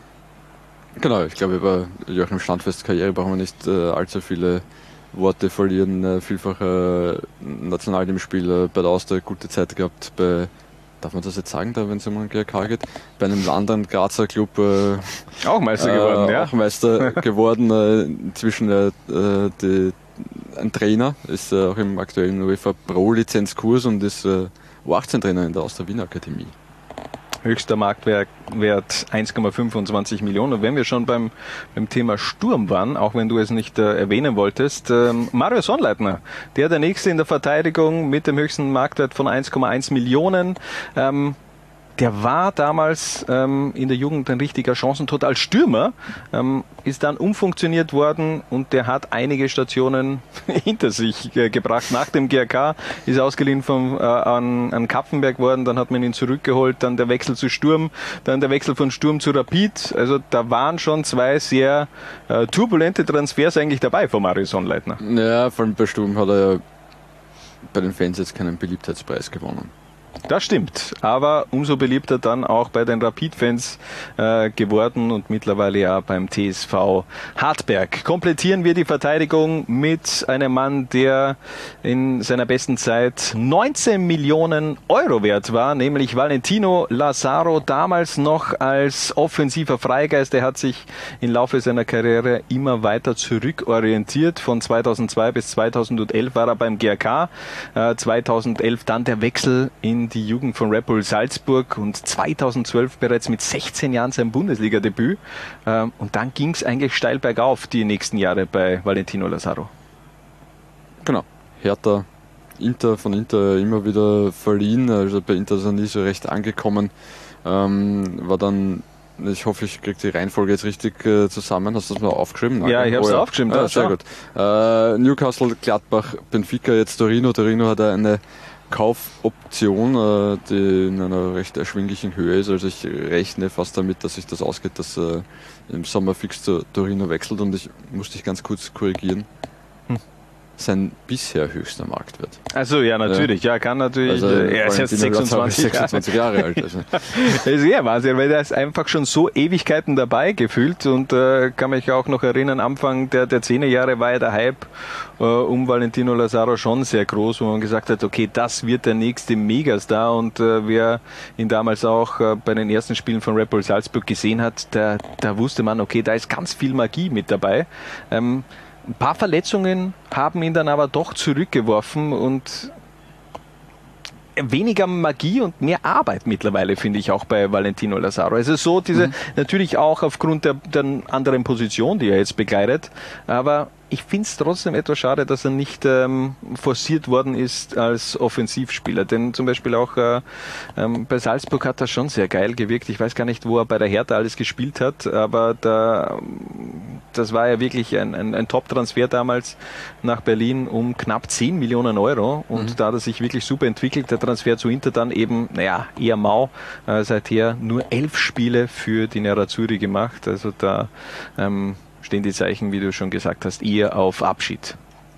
Genau, ich glaube, über Joachim Standfests Karriere brauchen wir nicht äh, allzu viele Worte verlieren. Vielfach äh, Nationalteamspieler, bei der Austria gute Zeit gehabt, bei, darf man das jetzt sagen, da wenn es um einen G A K geht, bei einem anderen Grazer Club äh, auch Meister geworden, äh, ja. Auch Meister geworden, äh, inzwischen äh, die, ein Trainer, ist äh, auch im aktuellen UEFA Pro Lizenzkurs und ist äh, U achtzehn Trainer in der Austria Wien Akademie. Höchster Marktwert eins Komma fünfundzwanzig Millionen. Und wenn wir schon beim, beim Thema Sturm waren, auch wenn du es nicht äh, erwähnen wolltest, ähm, Mario Sonnleitner, der der Nächste in der Verteidigung mit dem höchsten Marktwert von eins Komma eins Millionen. Ähm, Der war damals ähm, in der Jugend ein richtiger Chancentod als Stürmer, ähm, ist dann umfunktioniert worden und der hat einige Stationen hinter sich äh, gebracht. Nach dem G A K ist ausgeliehen vom, äh, an, an Kapfenberg worden, dann hat man ihn zurückgeholt, dann der Wechsel zu Sturm, dann der Wechsel von Sturm zu Rapid. Also da waren schon zwei sehr äh, turbulente Transfers eigentlich dabei von Mario Sonnleitner. Ja, vor allem bei Sturm hat er ja bei den Fans jetzt keinen Beliebtheitspreis gewonnen. Das stimmt, aber umso beliebter dann auch bei den Rapid-Fans äh, geworden und mittlerweile ja beim T S V Hartberg. Komplettieren wir die Verteidigung mit einem Mann, der in seiner besten Zeit neunzehn Millionen Euro wert war, nämlich Valentino Lazaro, damals noch als offensiver Freigeist. Er hat sich im Laufe seiner Karriere immer weiter zurückorientiert. Von zweitausendzwei bis zweitausendelf war er beim G R K, äh, zweitausendelf dann der Wechsel in die Jugend von Red Bull Salzburg und zweitausendzwölf bereits mit sechzehn Jahren sein Bundesliga-Debüt. Ähm, und dann ging es eigentlich steil bergauf die nächsten Jahre bei Valentino Lazaro. Genau. Hertha, Inter, von Inter immer wieder verliehen. Also bei Inter ist er nie so recht angekommen. Ähm, war dann, ich hoffe, ich kriege die Reihenfolge jetzt richtig äh, zusammen. Hast du das mal aufgeschrieben? Ja, ich habe es oh, ja. aufgeschrieben. Ah, sehr gut. Äh, Newcastle, Gladbach, Benfica, jetzt Torino. Torino hat eine Kaufoption, die in einer recht erschwinglichen Höhe ist. Also ich rechne fast damit, dass sich das ausgeht, dass er im Sommer fix zu Torino wechselt, und ich muss dich ganz kurz korrigieren. Hm. Sein bisher höchster Marktwert. Also ja, natürlich. Ja, ja kann natürlich. Also, er ist jetzt sechsundzwanzig, sechsundzwanzig Jahre alt. Also. Das ist ja Wahnsinn, weil er ist einfach schon so Ewigkeiten dabei gefühlt, und äh, kann mich auch noch erinnern, Anfang der, der Zehnerjahre war ja der Hype äh, um Valentino Lazaro schon sehr groß, wo man gesagt hat, okay, das wird der nächste Megastar, und äh, wer ihn damals auch äh, bei den ersten Spielen von Red Bull Salzburg gesehen hat, da, da wusste man, okay, da ist ganz viel Magie mit dabei. Ähm, Ein paar Verletzungen haben ihn dann aber doch zurückgeworfen, und weniger Magie und mehr Arbeit mittlerweile, finde ich, auch bei Valentino Lazaro. Es ist so, diese, mhm. natürlich auch aufgrund der, der anderen Position, die er jetzt begleitet, aber ich finde es trotzdem etwas schade, dass er nicht ähm, forciert worden ist als Offensivspieler. Denn zum Beispiel auch äh, ähm, bei Salzburg hat er schon sehr geil gewirkt. Ich weiß gar nicht, wo er bei der Hertha alles gespielt hat, aber da, das war ja wirklich ein, ein, ein Top-Transfer damals nach Berlin um knapp zehn Millionen Euro. Und mhm. da hat er sich wirklich super entwickelt. Der Transfer zu Inter dann eben, naja, eher mau. Äh, seither nur elf Spiele für die Nerazzurri gemacht. Also da ähm, stehen die Zeichen, wie du schon gesagt hast, eher auf Abschied.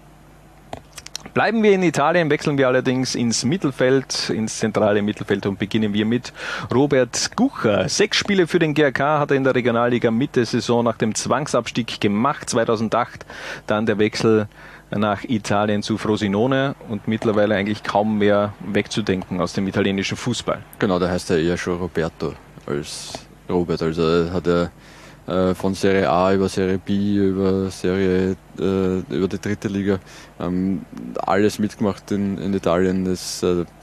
Bleiben wir in Italien, wechseln wir allerdings ins Mittelfeld, ins zentrale Mittelfeld, und beginnen wir mit Robert Gucher. Sechs Spiele für den G R K hat er in der Regionalliga Mitte Saison nach dem Zwangsabstieg gemacht, zweitausendacht. Dann der Wechsel nach Italien zu Frosinone, und mittlerweile eigentlich kaum mehr wegzudenken aus dem italienischen Fußball. Genau, da heißt er eher schon Roberto als Robert. Also hat er von Serie A über Serie B, über Serie, äh, über die dritte Liga, ähm, alles mitgemacht in, in Italien. Das ist äh,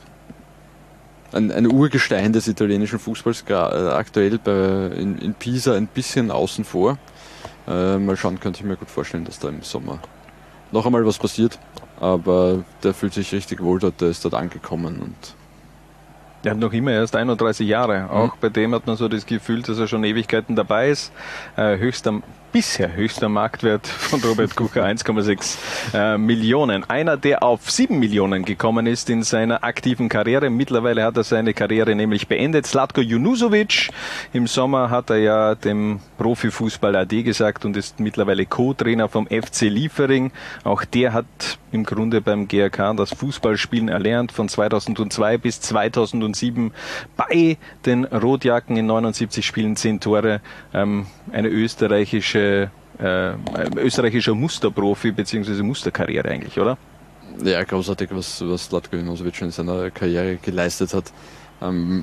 ein, ein Urgestein des italienischen Fußballs, äh, aktuell bei, in, in Pisa ein bisschen außen vor. Äh, mal schauen, könnte ich mir gut vorstellen, dass da im Sommer noch einmal was passiert, aber der fühlt sich richtig wohl dort, der ist dort angekommen, und er hat noch immer erst einunddreißig Jahre. Auch mhm. bei dem hat man so das Gefühl, dass er schon Ewigkeiten dabei ist. Äh, höchster, bisher höchster Marktwert von Robert Gucher, eins Komma sechs äh, Millionen. Einer, der auf sieben Millionen gekommen ist in seiner aktiven Karriere. Mittlerweile hat er seine Karriere nämlich beendet. Zlatko Junusovic. Im Sommer hat er ja dem Profifußball Ade gesagt und ist mittlerweile Co-Trainer vom F C Liefering. Auch der hat im Grunde beim G R K das Fußballspielen erlernt, von zweitausendzwei bis zweitausendsieben bei den Rotjacken in neunundsiebzig Spielen, zehn Tore. Ähm, eine österreichische, äh, österreichischer Musterprofi bzw. Musterkarriere eigentlich, oder? Ja, großartig, was, was Zlatko Junusovic in seiner Karriere geleistet hat. Ähm,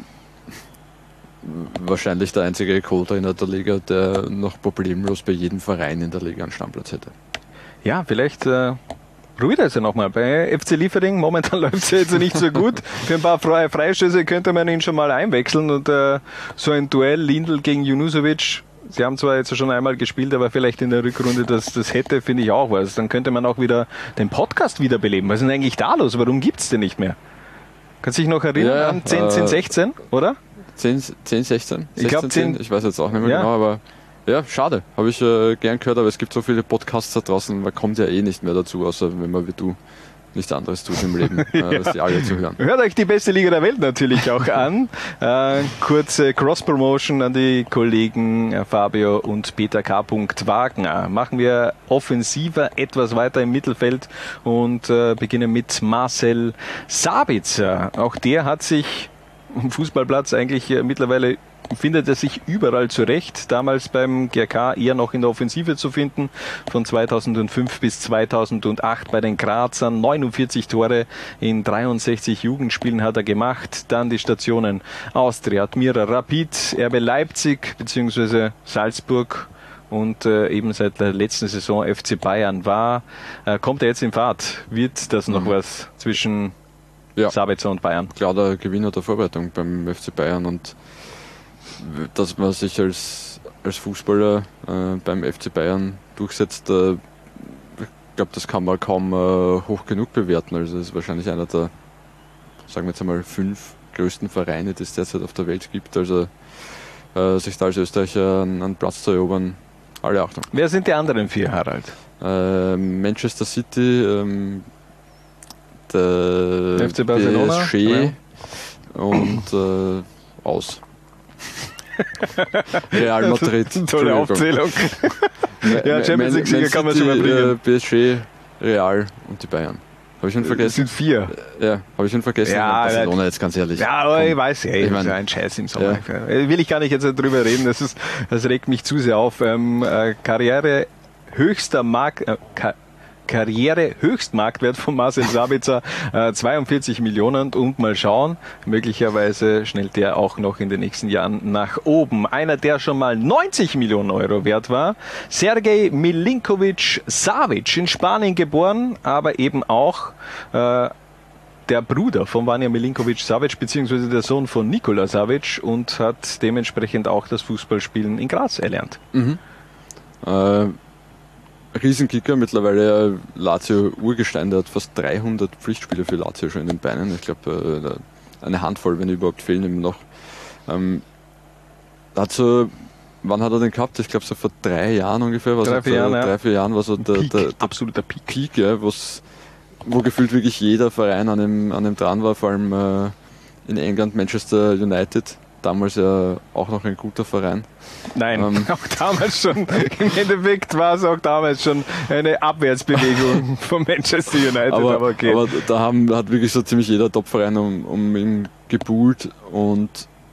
wahrscheinlich der einzige Co-Trainer der Liga, der noch problemlos bei jedem Verein in der Liga einen Stammplatz hätte. Ja, vielleicht äh probiert er es ja nochmal. Bei F C Liefering, momentan läuft es ja jetzt nicht so gut. Für ein paar freie Freistöße könnte man ihn schon mal einwechseln, und äh, so ein Duell Lindl gegen Junusovic, sie haben zwar jetzt schon einmal gespielt, aber vielleicht in der Rückrunde, das, das hätte, finde ich, auch was. Dann könnte man auch wieder den Podcast wiederbeleben. Was ist denn eigentlich da los? Warum gibt es den nicht mehr? Kannst du dich noch erinnern ja, an zehn, zehn, sechzehn, oder? zehn, zehn, sechzehn? Ich glaube zehn. Ich weiß jetzt auch nicht mehr ja. genau, aber ja, schade. Habe ich äh, gern gehört, aber es gibt so viele Podcasts da draußen, man kommt ja eh nicht mehr dazu, außer wenn man wie du nichts anderes tut im Leben, äh, als die alle zu hören. Hört euch die beste Liga der Welt natürlich auch an. Äh, kurze Cross-Promotion an die Kollegen äh, Fabio und Peter K. Wagner. Machen wir offensiver etwas weiter im Mittelfeld und äh, beginnen mit Marcel Sabitzer. Auch der hat sich am Fußballplatz eigentlich äh, mittlerweile findet er sich überall zurecht. Damals beim G R K eher noch in der Offensive zu finden. Von zweitausendfünf bis zweitausendacht bei den Grazern. neunundvierzig Tore in dreiundsechzig Jugendspielen hat er gemacht. Dann die Stationen Austria, Admira, Rapid, R B Leipzig bzw. Salzburg und äh, eben seit der letzten Saison F C Bayern war. Äh, kommt er jetzt in Fahrt? Wird das noch mhm. was zwischen ja. Sabitzer und Bayern? Klar, der Gewinner der Vorbereitung beim F C Bayern und dass man sich als, als Fußballer äh, beim F C Bayern durchsetzt, äh, ich glaube, das kann man kaum äh, hoch genug bewerten. Also es ist wahrscheinlich einer der, sagen wir jetzt einmal, fünf größten Vereine, die es derzeit auf der Welt gibt. Also äh, sich da als Österreicher einen, einen Platz zu erobern, alle Achtung. Wer sind die anderen vier, Harald? Äh, Manchester City, ähm, der F C Barcelona, P S G ja. und äh, aus. Real Madrid. Tolle Aufzählung. Ja, Champions League-Sieger kann man schon mal bringen. P S G, Real und die Bayern. Habe ich schon vergessen? Das sind vier. Ja, habe ich schon vergessen. Ja, Barcelona jetzt ganz ehrlich. Ja, aber ich weiß ja, ich mein, ein Scheiß im Sommer. Ja. Will ich gar nicht jetzt drüber reden, das, ist, das regt mich zu sehr auf. Ähm, äh, Karriere höchster Markt... Äh, Karriere-Höchstmarktwert von Marcel Sabitzer, äh, zweiundvierzig Millionen und mal schauen, möglicherweise schnellt der auch noch in den nächsten Jahren nach oben. Einer, der schon mal neunzig Millionen Euro wert war, Sergej Milinkovic-Savic, in Spanien geboren, aber eben auch äh, der Bruder von Vanja Milinkovic-Savic, beziehungsweise der Sohn von Nikola Savic und hat dementsprechend auch das Fußballspielen in Graz erlernt. Mhm. Äh, Riesenkicker, mittlerweile Lazio Urgestein, der hat fast dreihundert Pflichtspiele für Lazio schon in den Beinen. Ich glaube, eine Handvoll, wenn überhaupt, fehlen ihm noch. Ähm, hat so, wann hat er den gehabt? Ich glaube, so vor drei Jahren ungefähr. Drei, vier Jahren, drei, ja. vier Jahren war so der, Peak, der, der absoluter Peak. Peak, ja, was, wo gefühlt wirklich jeder Verein an dem, an dem dran war, vor allem äh, in England, Manchester United. Damals ja auch noch ein guter Verein. Nein, ähm, auch damals schon. Im Endeffekt war es auch damals schon eine Abwärtsbewegung von Manchester United. Aber, aber, okay. aber da haben, hat wirklich so ziemlich jeder Top-Verein um, um ihn gebuhlt und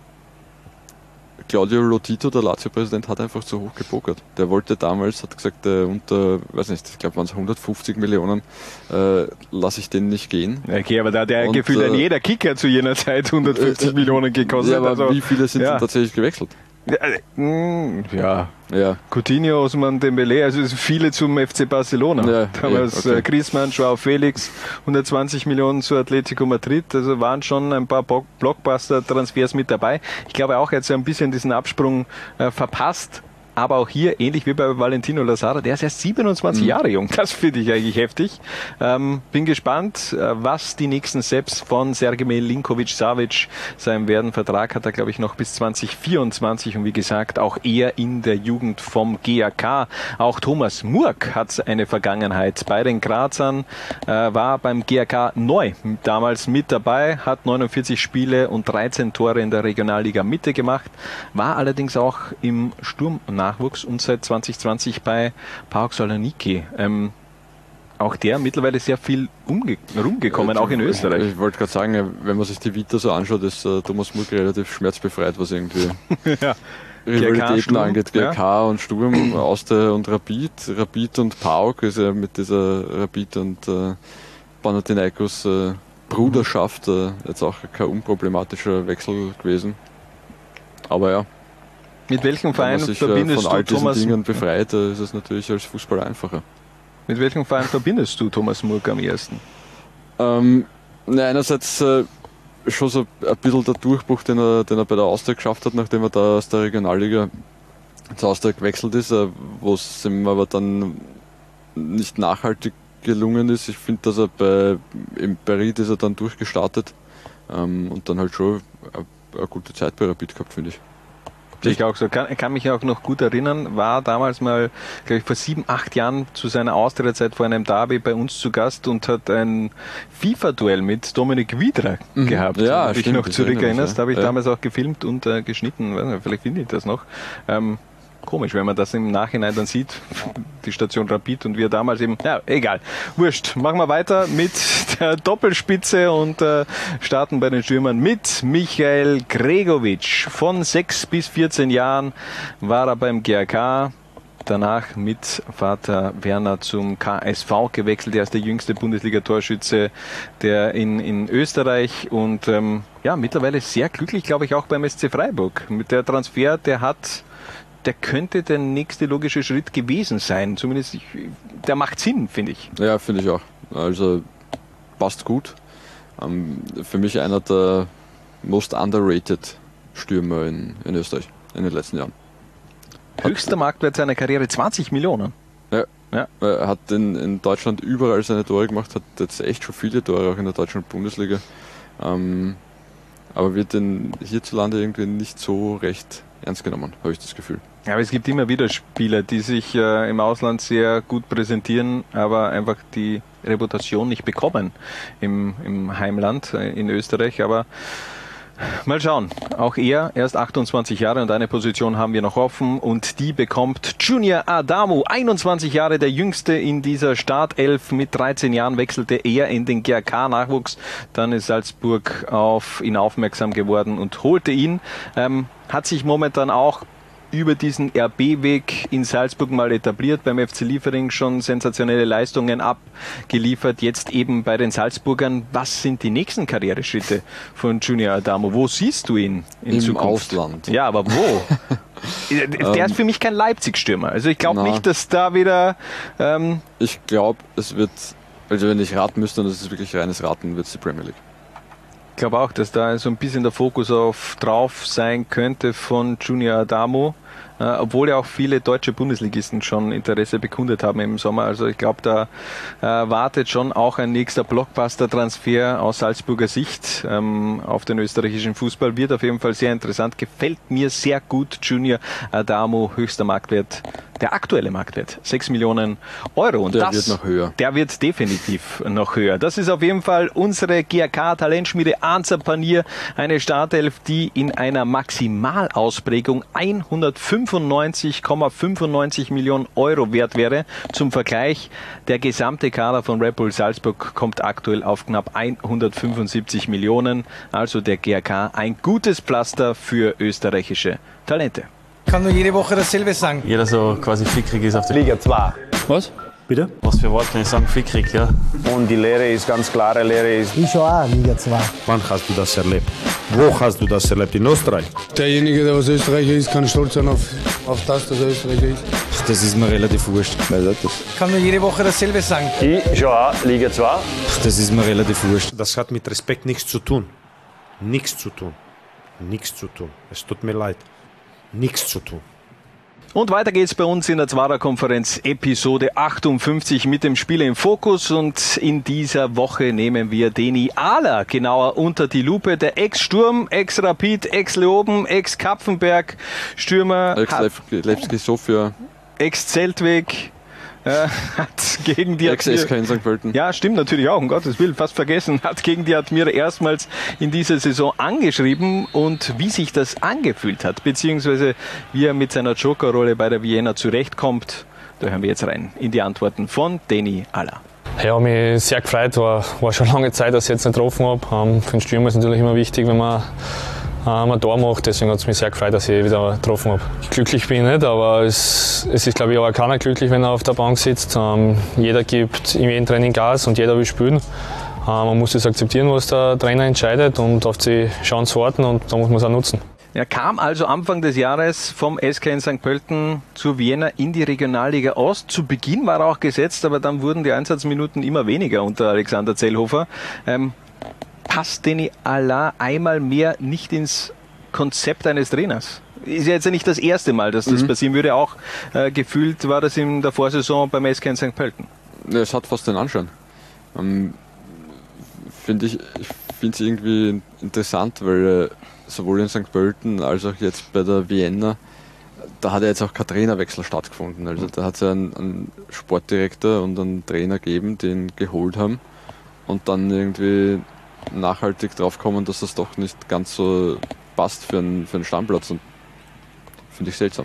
Claudio Lotito, der Lazio-Präsident, hat einfach zu hoch gepokert. Der wollte damals, hat gesagt, äh, unter, weiß nicht, ich glaube, waren es hundertfünfzig Millionen, äh, lasse ich den nicht gehen. Okay, aber da hat der gefühlt ein jeder Kicker zu jener Zeit hundertfünfzig äh, Millionen gekostet. Ja, aber also, wie viele sind ja. denn tatsächlich gewechselt? Ja, ja. Coutinho, Ousmane Dembélé, also viele zum F C Barcelona. Ja, damals ja, okay. Griezmann, Joao Felix, hundertzwanzig Millionen zu Atletico Madrid, also waren schon ein paar Blockbuster-Transfers mit dabei. Ich glaube auch, er hat so ein bisschen diesen Absprung äh, verpasst. Aber auch hier, ähnlich wie bei Valentino Lazaro, der ist erst siebenundzwanzig mhm. Jahre jung. Das finde ich eigentlich heftig. Ähm, bin gespannt, was die nächsten Steps von Sergej Milinkovic-Savic sein werden. Vertrag hat er, glaube ich, noch bis zwanzig vierundzwanzig und wie gesagt, auch er in der Jugend vom G R K. Auch Thomas Murk hat eine Vergangenheit bei den Grazern, äh, war beim G R K neu damals mit dabei, hat neunundvierzig Spiele und dreizehn Tore in der Regionalliga Mitte gemacht, war allerdings auch im Sturm Nachwuchs und seit zwanzig zwanzig bei PAOK Saloniki. Ähm, auch der mittlerweile sehr viel umge- rumgekommen, auch in Österreich. Ich wollte gerade sagen, wenn man sich die Vita so anschaut, ist äh, Thomas Murk relativ schmerzbefreit, was irgendwie ja. Rivalitäten angeht. G R K ja. und Sturm, Austria und Rapid. Rapid und PAOK ist ja mit dieser Rapid und äh, Panathinaikos äh, Bruderschaft äh, jetzt auch kein unproblematischer Wechsel gewesen. Aber ja. Mit welchem Verein sich, verbindest von all du Thomas Dingen befreit, ist es natürlich als Fußballer einfacher. Mit welchem Verein verbindest du Thomas Murk am ersten? Ähm, ne, einerseits äh, schon so ein bisschen der Durchbruch, den er, den er bei der Austria geschafft hat, nachdem er da aus der Regionalliga zur Austria gewechselt ist, äh, wo es ihm aber dann nicht nachhaltig gelungen ist. Ich finde, dass er bei im Paris ist er dann durchgestartet ähm, und dann halt schon eine, eine gute Zeit bei Rapid gehabt, finde ich. Sehe ich auch so. Kann, kann mich auch noch gut erinnern, war damals mal, glaube ich, vor sieben, acht Jahren zu seiner Austria-Zeit vor einem Derby bei uns zu Gast und hat ein FIFA-Duell mit Dominik Wiedra mhm. gehabt. Ja, wenn du dich noch zurückerinnerst, da habe ich ja. damals auch gefilmt und äh, geschnitten. Weiß nicht, vielleicht finde ich das noch. Ähm, Komisch, wenn man das im Nachhinein dann sieht, die Station Rapid und wir damals eben, ja, egal, wurscht. Machen wir weiter mit der Doppelspitze und äh, starten bei den Stürmern mit Michael Gregovic. Von sechs bis vierzehn Jahren war er beim G A K, danach mit Vater Werner zum K S V gewechselt. Er ist der jüngste Bundesliga-Torschütze der in, in Österreich und ähm, ja, mittlerweile sehr glücklich, glaube ich, auch beim S C Freiburg. Mit der Transfer, der hat der könnte der nächste logische Schritt gewesen sein. Zumindest, ich, der macht Sinn, finde ich. Ja, finde ich auch. Also passt gut. Ähm, für mich einer der most underrated Stürmer in, in Österreich in den letzten Jahren. Höchster Marktwert seiner Karriere, zwanzig Millionen. Ja, ja. Er hat in, in Deutschland überall seine Tore gemacht, hat jetzt echt schon viele Tore, auch in der deutschen Bundesliga. Ähm, aber wird in, hierzulande irgendwie nicht so recht ernst genommen, habe ich das Gefühl. Aber es gibt immer wieder Spieler, die sich äh, im Ausland sehr gut präsentieren, aber einfach die Reputation nicht bekommen im, im Heimland, äh, in Österreich. Aber mal schauen. Auch er, erst achtundzwanzig Jahre und eine Position haben wir noch offen und die bekommt Junior Adamo, einundzwanzig Jahre, der jüngste in dieser Startelf. Mit dreizehn Jahren wechselte er in den G A K-Nachwuchs. Dann ist Salzburg auf ihn aufmerksam geworden und holte ihn. Ähm, hat sich momentan auch über diesen R B-Weg in Salzburg mal etabliert, beim F C Liefering schon sensationelle Leistungen abgeliefert, jetzt eben bei den Salzburgern. Was sind die nächsten Karriereschritte von Junior Adamo? Wo siehst du ihn in Im Zukunft? Ausland. Ja, aber wo? Der ist für mich kein Leipzig-Stürmer. Also ich glaube nicht, dass da wieder... Ähm ich glaube, es wird, also wenn ich raten müsste, und das ist wirklich reines Raten, wird es die Premier League. Ich glaube auch, dass da so ein bisschen der Fokus auf drauf sein könnte von Junior Adamo, äh, obwohl ja auch viele deutsche Bundesligisten schon Interesse bekundet haben im Sommer. Also ich glaube, da äh, wartet schon auch ein nächster Blockbuster-Transfer aus Salzburger Sicht ähm, auf den österreichischen Fußball. Wird auf jeden Fall sehr interessant. Gefällt mir sehr gut. Junior Adamo, höchster Marktwert. Der aktuelle Marktwert, sechs Millionen Euro. Und der das, wird noch höher. Der wird definitiv noch höher. Das ist auf jeden Fall unsere G A K-Talentschmiede Anzer Panier. Eine Startelf, die in einer Maximalausprägung hundertfünfundneunzig Komma fünfundneunzig Millionen Euro wert wäre. Zum Vergleich, der gesamte Kader von Red Bull Salzburg kommt aktuell auf knapp hundertfünfundsiebzig Millionen. Also der G A K ein gutes Pflaster für österreichische Talente. Ich kann nur jede Woche dasselbe sagen. Jeder so quasi fickrig ist auf der Liga zwei. Was? Bitte? Was für Wort kann ich sagen? Fickrig, ja. Und die Lehre ist ganz klare Lehre ist. Ich schon auch Liga zwei. Wann hast du das erlebt? Wo hast du das erlebt? In Österreich? Derjenige, der aus Österreicher ist, kann stolz sein auf, auf das, dass er Österreicher ist. Ach, das ist mir relativ wurscht. Ich kann nur jede Woche dasselbe sagen. Ich schon auch Liga zwei. Ach, das ist mir relativ wurscht. Das hat mit Respekt nichts zu tun. Nichts zu tun. Nichts zu tun. Es tut mir leid. Nichts zu tun. Und weiter geht's bei uns in der Zwarer-Konferenz Episode achtundfünfzig mit dem Spiel im Fokus und in dieser Woche nehmen wir Deni Ahler genauer unter die Lupe. Der Ex-Sturm, Ex-Rapid, Ex-Leoben, Ex-Kapfenberg Stürmer, Ex-Levski Sofia, Ex-Zeltweg, äh, hat gegen die Ex-S K in Sankt Pölten. Ja, stimmt natürlich auch, um Gottes Willen, fast vergessen, hat gegen die Admira erstmals in dieser Saison angeschrieben und wie sich das angefühlt hat, beziehungsweise wie er mit seiner Joker-Rolle bei der Vienna zurechtkommt, da hören wir jetzt rein in die Antworten von Deni Ahler. Ja, mich sehr gefreut, war, war schon lange Zeit, dass ich jetzt nicht getroffen habe. Für den Stürmer ist es natürlich immer wichtig, wenn man ein Tor macht, deswegen hat es mich sehr gefreut, dass ich wieder getroffen habe. Glücklich bin ich nicht, aber es, es ist, glaube ich, auch keiner glücklich, wenn er auf der Bank sitzt. Ähm, jeder gibt in jedem Training Gas und jeder will spielen. Ähm, man muss das akzeptieren, was der Trainer entscheidet und auf die Chance warten und da muss man es auch nutzen. Er kam also Anfang des Jahres vom S K in Sankt Pölten zur Vienna in die Regionalliga Ost. Zu Beginn war er auch gesetzt, aber dann wurden die Einsatzminuten immer weniger unter Alexander Zellhofer. Ähm, passt Deni Ahler einmal mehr nicht ins Konzept eines Trainers? Ist ja jetzt nicht das erste Mal, dass das mhm. passieren würde. Auch äh, gefühlt war das in der Vorsaison beim S K in Sankt Pölten. Ja, es hat fast den Anschein. Ähm, Finde ich, ich finde es irgendwie interessant, weil sowohl in Sankt Pölten als auch jetzt bei der Vienna, da hat ja jetzt auch kein Trainerwechsel stattgefunden. Also da hat es ja einen, einen Sportdirektor und einen Trainer gegeben, den geholt haben und dann irgendwie nachhaltig draufkommen, dass das doch nicht ganz so passt für einen, für einen Stammplatz, und finde ich seltsam.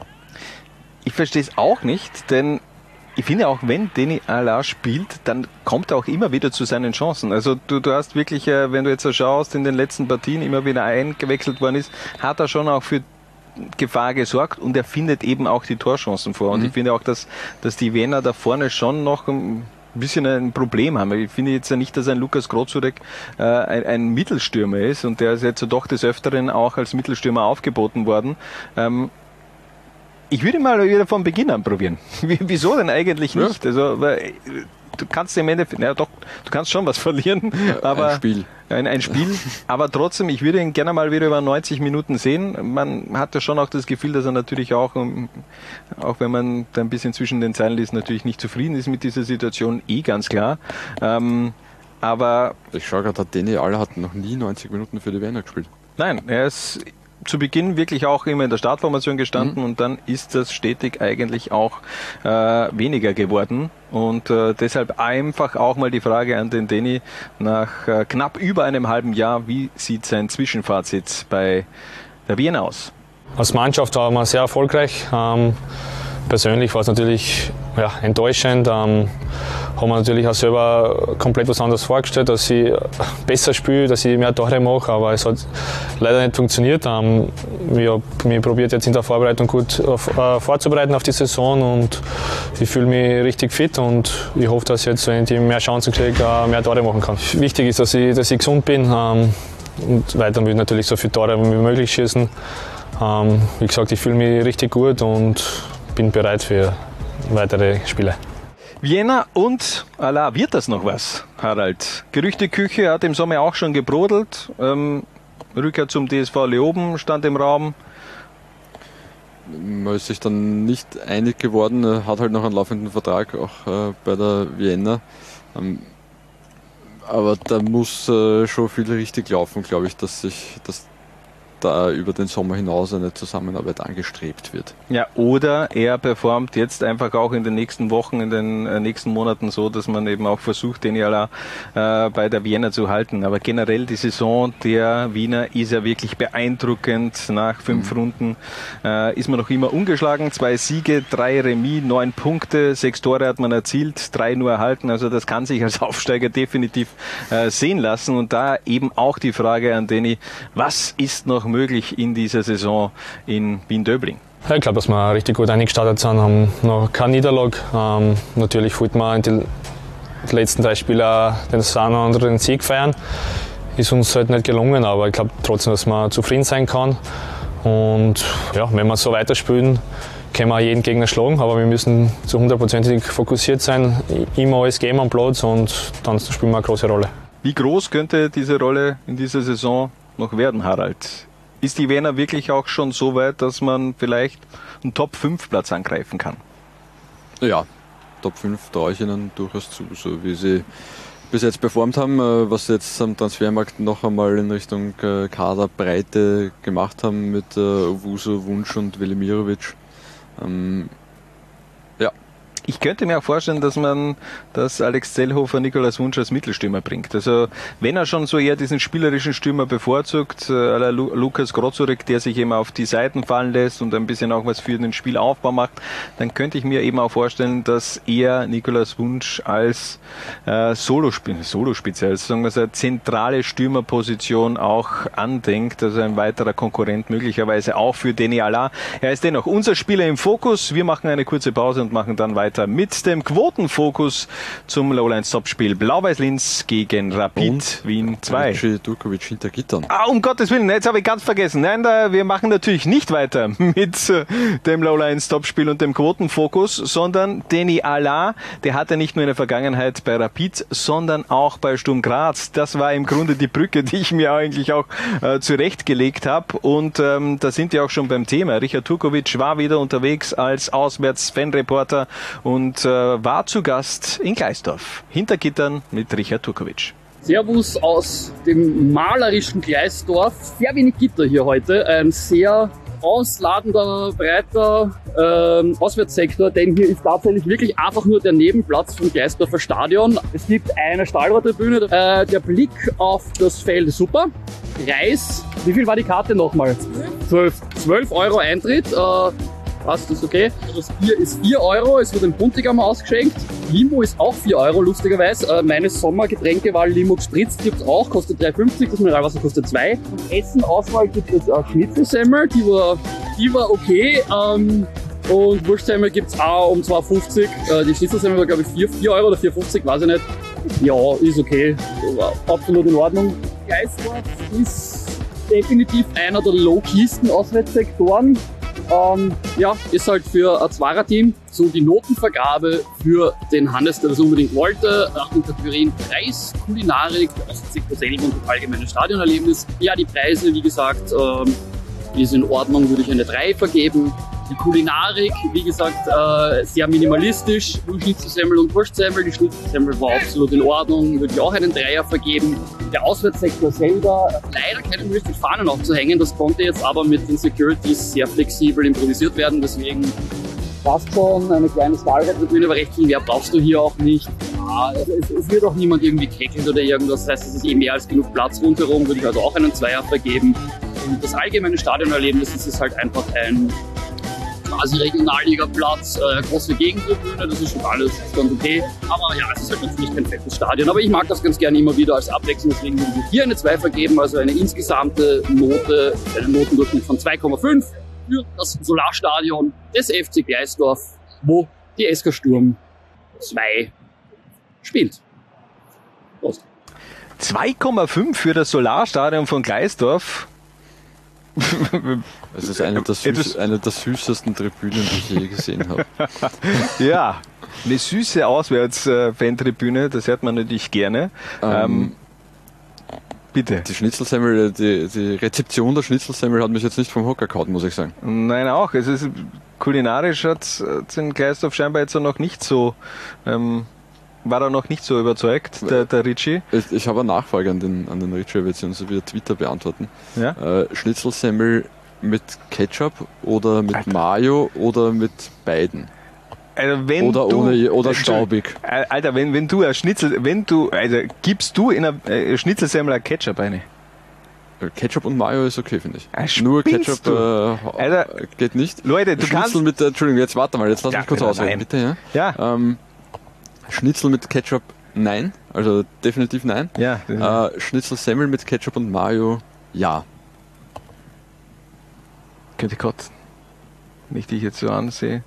Ich verstehe es auch nicht, denn ich finde auch, wenn Deni Alaa spielt, dann kommt er auch immer wieder zu seinen Chancen. Also du, du hast wirklich, wenn du jetzt so schaust, in den letzten Partien immer wieder eingewechselt worden ist, hat er schon auch für Gefahr gesorgt und er findet eben auch die Torchancen vor. Und mhm. ich finde auch, dass, dass die Wiener da vorne schon noch ein bisschen ein Problem haben. Ich finde jetzt ja nicht, dass ein Lukas Grozurek äh, ein, ein Mittelstürmer ist, und der ist jetzt doch des Öfteren auch als Mittelstürmer aufgeboten worden. Ähm, Ich würde mal wieder von Beginn an probieren. Wieso denn eigentlich nicht? Ja. Also, weil, du kannst im Endeffekt, naja doch, du kannst schon was verlieren, aber ein Spiel. Ein, ein Spiel, aber trotzdem, ich würde ihn gerne mal wieder über neunzig Minuten sehen. Man hat ja schon auch das Gefühl, dass er natürlich auch, auch wenn man da ein bisschen zwischen den Zeilen liest, natürlich nicht zufrieden ist mit dieser Situation, eh ganz klar. Ähm, aber ich schaue gerade, Deni Alaa hat noch nie neunzig Minuten für die Wiener gespielt. Nein, er ist zu Beginn wirklich auch immer in der Startformation gestanden, mhm. und dann ist das stetig eigentlich auch äh, weniger geworden. Und äh, deshalb einfach auch mal die Frage an den Deni nach äh, knapp über einem halben Jahr, wie sieht sein Zwischenfazit bei der Vienna aus? Als Mannschaft waren wir sehr erfolgreich. Ähm, persönlich war es natürlich ja, enttäuschend. Ähm, haben wir natürlich auch selber komplett was anderes vorgestellt, dass ich besser spiele, dass ich mehr Tore mache, aber es hat leider nicht funktioniert. Ähm, ich habe mich probiert, jetzt in der Vorbereitung gut auf, äh, vorzubereiten auf die Saison, und ich fühle mich richtig fit, und ich hoffe, dass ich jetzt, wenn ich mehr Chancen kriege, äh, mehr Tore machen kann. Wichtig ist, dass ich, dass ich gesund bin, ähm, und weiter will ich natürlich so viele Tore wie möglich schießen. Ähm, wie gesagt, ich fühle mich richtig gut und bin bereit für weitere Spiele. Vienna und Alaa, wird das noch was, Harald? Gerüchteküche hat im Sommer auch schon gebrodelt. Ähm, Rückkehr zum D S V Leoben stand im Raum. Man ist sich dann nicht einig geworden, er hat halt noch einen laufenden Vertrag, auch äh, bei der Vienna. Ähm, aber da muss äh, schon viel richtig laufen, glaube ich, dass sich dass da über den Sommer hinaus eine Zusammenarbeit angestrebt wird. Ja, oder er performt jetzt einfach auch in den nächsten Wochen, in den äh, nächsten Monaten so, dass man eben auch versucht, Deni Alaa äh, bei der Vienna zu halten. Aber generell die Saison der Wiener ist ja wirklich beeindruckend. Nach fünf mhm. Runden äh, ist man noch immer ungeschlagen. Zwei Siege, drei Remis, neun Punkte, sechs Tore hat man erzielt, drei nur erhalten. Also das kann sich als Aufsteiger definitiv äh, sehen lassen. Und da eben auch die Frage an Deni, was ist noch möglich in dieser Saison in Wien-Döbling? Ja, ich glaube, dass wir richtig gut eingestartet sind, haben noch keine Niederlage. Ähm, natürlich wollten wir in die, die letzten drei Spiele den einen oder anderen Sieg feiern. Ist uns halt nicht gelungen, aber ich glaube trotzdem, dass man zufrieden sein kann. Und ja, wenn wir so weiterspielen, können wir jeden Gegner schlagen, aber wir müssen zu hundertprozentig fokussiert sein, immer alles geben am Platz, und dann spielen wir eine große Rolle. Wie groß könnte diese Rolle in dieser Saison noch werden, Harald? Ist die Vienna wirklich auch schon so weit, dass man vielleicht einen Top fünf Platz angreifen kann? Ja, Top fünf traue ich ihnen durchaus zu, so wie sie bis jetzt performt haben, was sie jetzt am Transfermarkt noch einmal in Richtung Kaderbreite gemacht haben mit Owusu, Wunsch und Velimirovic. Ähm, ja. Ich könnte mir auch vorstellen, dass man, dass Alex Zellhofer Nikolaus Wunsch als Mittelstürmer bringt. Also wenn er schon so eher diesen spielerischen Stürmer bevorzugt, äh, à la Lu- Lukas Grozurek, der sich eben auf die Seiten fallen lässt und ein bisschen auch was für den Spielaufbau macht, dann könnte ich mir eben auch vorstellen, dass er Nikolaus Wunsch als äh, Solospitze, Solospitze, als sagen wir so eine zentrale Stürmerposition auch andenkt, also ein weiterer Konkurrent möglicherweise auch für Deni Alaa. Er ist dennoch unser Spieler im Fokus. Wir machen eine kurze Pause und machen dann weiter mit dem Quotenfokus zum Lowline-Topspiel Blau-Weiß-Linz gegen Rapid und Wien zwei. Durkovic hinter Gittern. Ah, um Gottes Willen, jetzt habe ich ganz vergessen. Nein, da, wir machen natürlich nicht weiter mit äh, dem Lowline-Topspiel und dem Quotenfokus, sondern Deni Alaa, der hatte nicht nur eine Vergangenheit bei Rapid, sondern auch bei Sturm Graz. Das war im Grunde die Brücke, die ich mir eigentlich auch äh, zurechtgelegt habe. Und ähm, da sind wir auch schon beim Thema. Richard Turkovic war wieder unterwegs als Auswärts-Fanreporter und äh, war zu Gast in Gleisdorf. Hinter Gittern mit Richard Turkovic. Servus aus dem malerischen Gleisdorf. Sehr wenig Gitter hier heute. Ein sehr ausladender, breiter ähm, Auswärtssektor, denn hier ist tatsächlich wirklich einfach nur der Nebenplatz vom Gleisdorfer Stadion. Es gibt eine Stahlrohrtribüne. Äh, der Blick auf das Feld ist super. Preis, wie viel war die Karte nochmal? zwölf. zwölf Euro Eintritt. Äh, passt, ist okay. Das Bier ist vier Euro, es wird im Buntigam ausgeschenkt. Limo ist auch vier Euro, lustigerweise. Äh, meine Sommergetränkewahl Limo gespritzt gibt es auch, kostet drei fünfzig, das Mineralwasser kostet zwei. Und Essen-Auswahl gibt es auch Schnitzelsemmel, die war, die war okay. Ähm, und Wurstsemmel gibt es auch um zwei fünfzig. Äh, die Schnitzelsemmel war, glaube ich, vier Euro oder vier fünfzig, weiß ich nicht. Ja, ist okay. Absolut in Ordnung. Gleisdorf ist definitiv einer der low-keysten Auswärtssektoren. Ähm, ja, ist halt für ein Zwarer-Team so die Notenvergabe für den Hannes, der das unbedingt wollte, nach den Kategorien Preis, Kulinarik, der Auswärtssektor selber und das allgemeine Stadionerlebnis. Ja, die Preise, wie gesagt, ähm, ist in Ordnung, würde ich eine drei vergeben. Die Kulinarik, wie gesagt, äh, sehr minimalistisch, nur Schnitzelsemmel und Wurstsemmel. Die Schnitzelsemmel war absolut in Ordnung, würde ich auch einen Dreier vergeben. Der Auswärtssektor selber, leider keine Möglichkeit, Fahnen aufzuhängen. Das konnte jetzt aber mit den Securities sehr flexibel improvisiert werden. Deswegen passt schon eine kleine Stahltribüne, aber recht viel mehr brauchst du hier auch nicht. Ja, also es, es wird auch niemand irgendwie gekeckelt oder irgendwas. Das heißt, es ist eh mehr als genug Platz rundherum, würde ich also auch einen Zweier vergeben. Und das allgemeine Stadionerlebnis ist es halt einfach ein quasi Regionalliga-Platz, äh, große Gegentribüne, das ist schon alles ganz okay. Aber ja, es ist halt natürlich kein fettes Stadion. Aber ich mag das ganz gerne immer wieder als Abwechslung, deswegen würde ich hier eine zwei vergeben, also eine insgesamte Note, einen Notendurchschnitt von zwei Komma fünf für das Solarstadion des F C Gleisdorf, wo die S K Sturm zwei spielt. Prost. zwei Komma fünf für das Solarstadion von Gleisdorf. Es ist eine der, süß, eine der süßesten Tribünen, die ich je gesehen habe. Ja, eine süße Auswärts-Fan-Tribüne, das hört man natürlich gerne. Ähm, ähm, bitte. Die Schnitzelsemmel, die, die Rezeption der Schnitzelsemmel hat mich jetzt nicht vom Hocker gehauen, muss ich sagen. Nein, auch. Es ist, kulinarisch hat es in Gleisdorf scheinbar jetzt noch nicht so... Ähm, war er noch nicht so überzeugt, der, der Ritchie? Ich, ich habe eine Nachfrage an den, an den Ritchie, wird sie uns via Twitter beantworten. Ja? Äh, Schnitzelsemmel mit Ketchup oder mit Alter. Mayo oder mit beiden? Also wenn oder du, ohne, oder staubig. Alter, wenn, wenn du ein Schnitzel, wenn du, also gibst du in einer Schnitzelsemmel ein Ketchup eine? Ketchup und Mayo ist okay, finde ich. Ah, Nur Ketchup äh, Alter, geht nicht. Leute, du Schnitzel kannst... mit, Entschuldigung, jetzt warte mal, jetzt lass ja, mich kurz ausreden, bitte. Ja. ja. Ähm, Schnitzel mit Ketchup, nein. Also definitiv nein. Ja, äh, Schnitzelsemmel mit Ketchup und Mayo, ja. Könnte kotzen. Wenn ich dich jetzt so ansehe.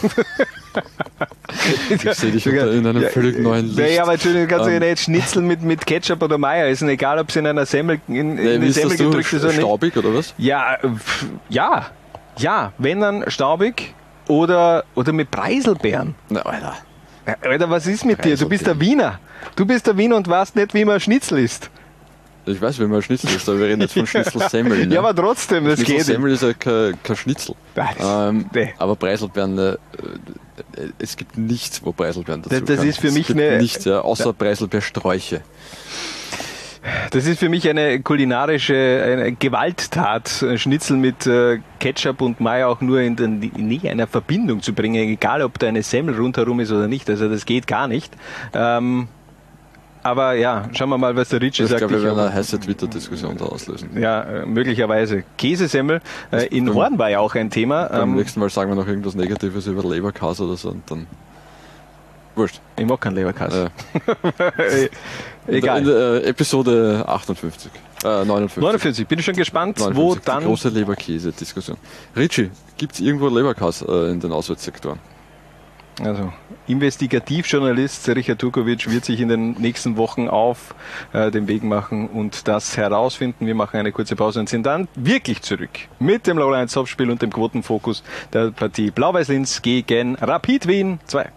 Ich sehe dich unter in einem ja, völlig neuen Licht. Ja, aber Entschuldigung, kannst du um, ja nicht schnitzeln mit, mit Ketchup oder Mayo. Ist egal, ob es in einer Semmel, in, nee, in eine Semmel gedrückt ist oder nicht. Staubig oder was? Ja, ja. Ja, wenn dann staubig oder, oder mit Preiselbeeren. Na, Alter. Alter, was ist mit dir? Du bist der Wiener. Du bist der Wiener und weißt nicht, wie man Schnitzel isst. Ich weiß, wie man Schnitzel isst, aber wir reden jetzt von Schnitzelsemmel. Ne? Ja, aber trotzdem, das geht nicht. Schnitzelsemmel ist ja kein, kein Schnitzel. Ähm, nee. Aber Preiselbeeren, äh, es gibt nichts, wo Preiselbeeren dazu Das, das ist für mich eine... Nichts, ja, außer Preiselbeersträuche. Das ist für mich eine kulinarische eine Gewalttat, Schnitzel mit äh, Ketchup und Mayo auch nur in der Nähe einer Verbindung zu bringen, egal ob da eine Semmel rundherum ist oder nicht. Also das geht gar nicht. Ähm, aber ja, schauen wir mal, was der Ritchie sagt. Ich glaube, wir werden eine heiße Twitter-Diskussion da auslösen. Ja, äh, möglicherweise. Käsesemmel äh, in Horn war ja auch ein Thema. Beim ähm, nächsten Mal sagen wir noch irgendwas Negatives über Leberkäse oder so und dann... Wurscht. Ich mag keinen Leberkäse. Ja. Egal. In der, in der, äh, Episode achtundfünfzig. Äh, neunundfünfzig. neunundfünfzig. Bin ich schon gespannt, neunundfünfzig, wo dann... Die große Leberkäse-Diskussion. Ritchie, gibt es irgendwo Leberkäse äh, in den Auswärtssektoren? Also, Investigativjournalist Richard Turkovic wird sich in den nächsten Wochen auf äh, den Weg machen und das herausfinden. Wir machen eine kurze Pause und sind dann wirklich zurück mit dem Low eins Topspiel und dem Quotenfokus der Partie Blau-Weiß-Linz gegen Rapid Wien zwei.